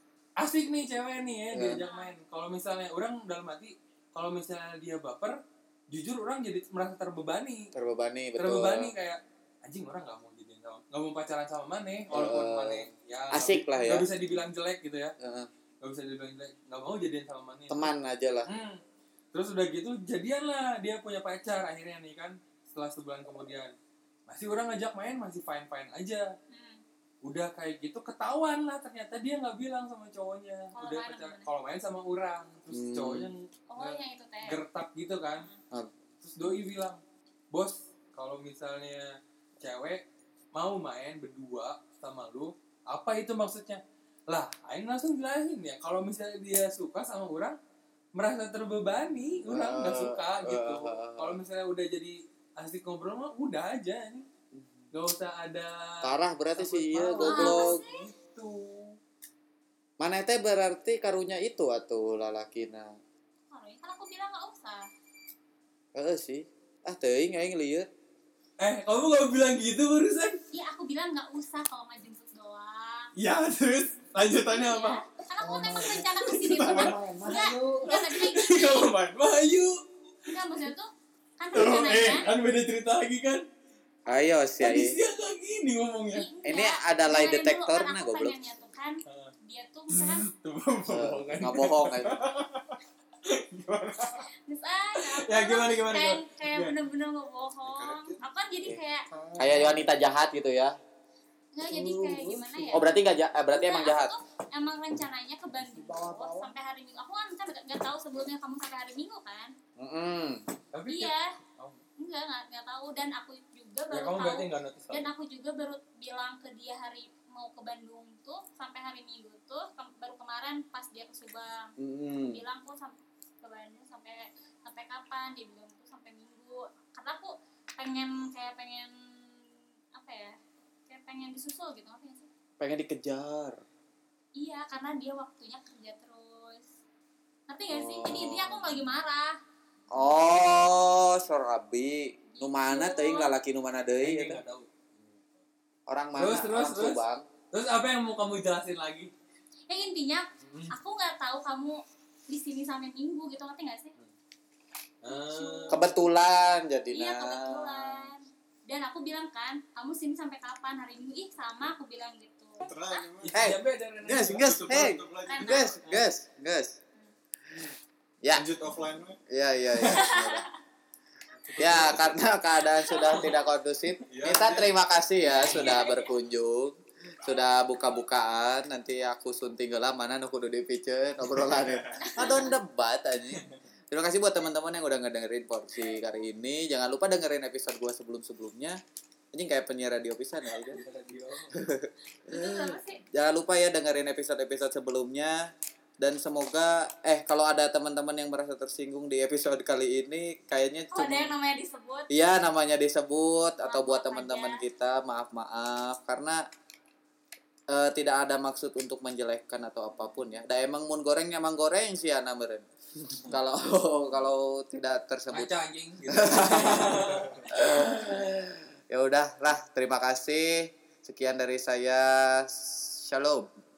asik nih cewek nih ya Ya. diajak main. Kalau misalnya orang dalam hati kalau misalnya dia baper, jujur orang jadi merasa terbebani. Terbebani betul. Terbebani kayak anjing orang nggak mau jadian sama nggak mau pacaran sama Mane walaupun Eh, Mane ya asik lah ya. nggak bisa dibilang jelek gitu ya, Heeh. nggak bisa dibilang jelek, nggak mau jadian sama Mane. Teman aja lah. Hmm. Terus udah gitu jadian lah, dia punya pacar akhirnya nih kan setelah sebulan kemudian. Masih orang ngajak main masih fine fine aja. Hmm. Udah kayak gitu ketahuan lah ternyata dia nggak bilang sama cowoknya. Kalau Udah main pacar gimana? kalau main sama orang terus Hmm. cowoknya Oh nge- yang itu teh. gertak gitu kan. Ah. Terus doi bilang, bos kalau misalnya cewek mau main berdua sama lu, apa itu maksudnya? Lah, aing langsung jelasin ya, kalau misalnya dia suka sama orang, merasa terbebani, orang nggak suka Uh, gitu. uh, uh, uh. Kalau misalnya udah jadi asik ngobrol mah udah aja nih. Gak usah ada Parah berarti sih iya sangkut paut. goblok. Gitu. Mana teh berarti karunya itu atuh lalakina. Kalau kan aku bilang nggak usah. Heeh sih. Ah teuing aing lieur. Eh, kamu gak bilang gitu barusan? Iya aku bilang nggak usah kalau nggak jemput doang. Ya, terus lanjutannya apa? Iya. Karena aku memang rencana kesini tuh kan. Main mana Enggak, yuk? enggak tadi kayak gini. Kalau main mah ayo. Enggak maksudnya tuh kan Terus, eh, rencananya. kan beda cerita lagi kan? Ayo sih. Tadi Ai. siang kayak gini ngomongnya. Ih, Ini enggak. ada lie Dengerin dulu, detector kan nah, aku goblok. pengennya tuh kan Heeh. dia tuh misalkan Tuh, Eh, bohong kan. nggak bohong kan. misalnya Ya, gimana, gimana, kayak gimana? kayak Ya. bener-bener ngebohong aku kan jadi kayak Kayak wanita jahat gitu ya. nggak jadi kayak gimana ya Oh berarti nggak ja- eh, berarti emang Enggak, jahat. aku tuh emang rencananya ke Bandung Bawa-bawa. sampai hari Minggu aku kan kan nggak nggak tahu sebelumnya kamu sampai hari Minggu kan Mm-mm. Tapi iya Oh. enggak nggak nggak tahu dan aku juga ya baru kamu tahu berarti nggak notice dan kan? aku juga baru bilang ke dia hari mau ke Bandung tuh sampai hari Minggu tuh ke- baru kemarin pas dia ke Subang Mm-mm. bilang kok sampai ke Bandung sampai sampai kapan dia bilang tuh sampai Minggu karena aku pengen kayak pengen apa ya kayak pengen disusul gitu apa sih Pengen dikejar. iya karena dia waktunya kerja terus ngerti gak sih Oh. jadi intinya aku lagi marah Oh, sorabi. Nu mana teuing lalaki nu mana deui Ini eta? nggak tahu. Orang mana? Terus, terus, Orang terus. Subang. Terus apa yang mau kamu jelasin lagi? yang intinya Hmm. aku nggak tahu kamu di sini sampai Minggu gitu ngerti gak sih Eh, Kebetulan jadinya. iya kebetulan dan aku bilang kan kamu sini sampai kapan hari Minggu ih sama aku bilang gitu Terang emang. Hey, ya beda, Ren. Guys, guys, Tutup hey, tutup lagi. guys, guys, guys. Ya, Lanjut offline we. ya, ya, ya. Ya, karena keadaan sudah tidak kondusif, Ya, kita ya. terima kasih ya sudah berkunjung, sudah buka-bukaan. Nanti aku sunting geula mana nu kudu dipikeun obrolannya. Adon debat anjing. Terima kasih buat teman-teman yang udah ngedengerin porsi kali ini. Jangan lupa dengerin episode gue sebelum-sebelumnya. Ini kayak penyiar radio pisan ya. Aja. Itu apa sih? Jangan lupa ya dengerin episode-episode sebelumnya. Dan semoga eh kalau ada teman-teman yang merasa tersinggung di episode kali ini, kayaknya Oh, ada yang namanya disebut. iya namanya disebut atau Maaf buat aja. teman-teman kita maaf-maaf karena eh, tidak ada maksud untuk menjelekkan atau apapun ya. Da emang mun goreng emang goreng sih ana meureun. Kalau kalau tidak tersebut. Ngaca anjing gitu. Ya udahlah, terima kasih. Sekian dari saya. Shalom.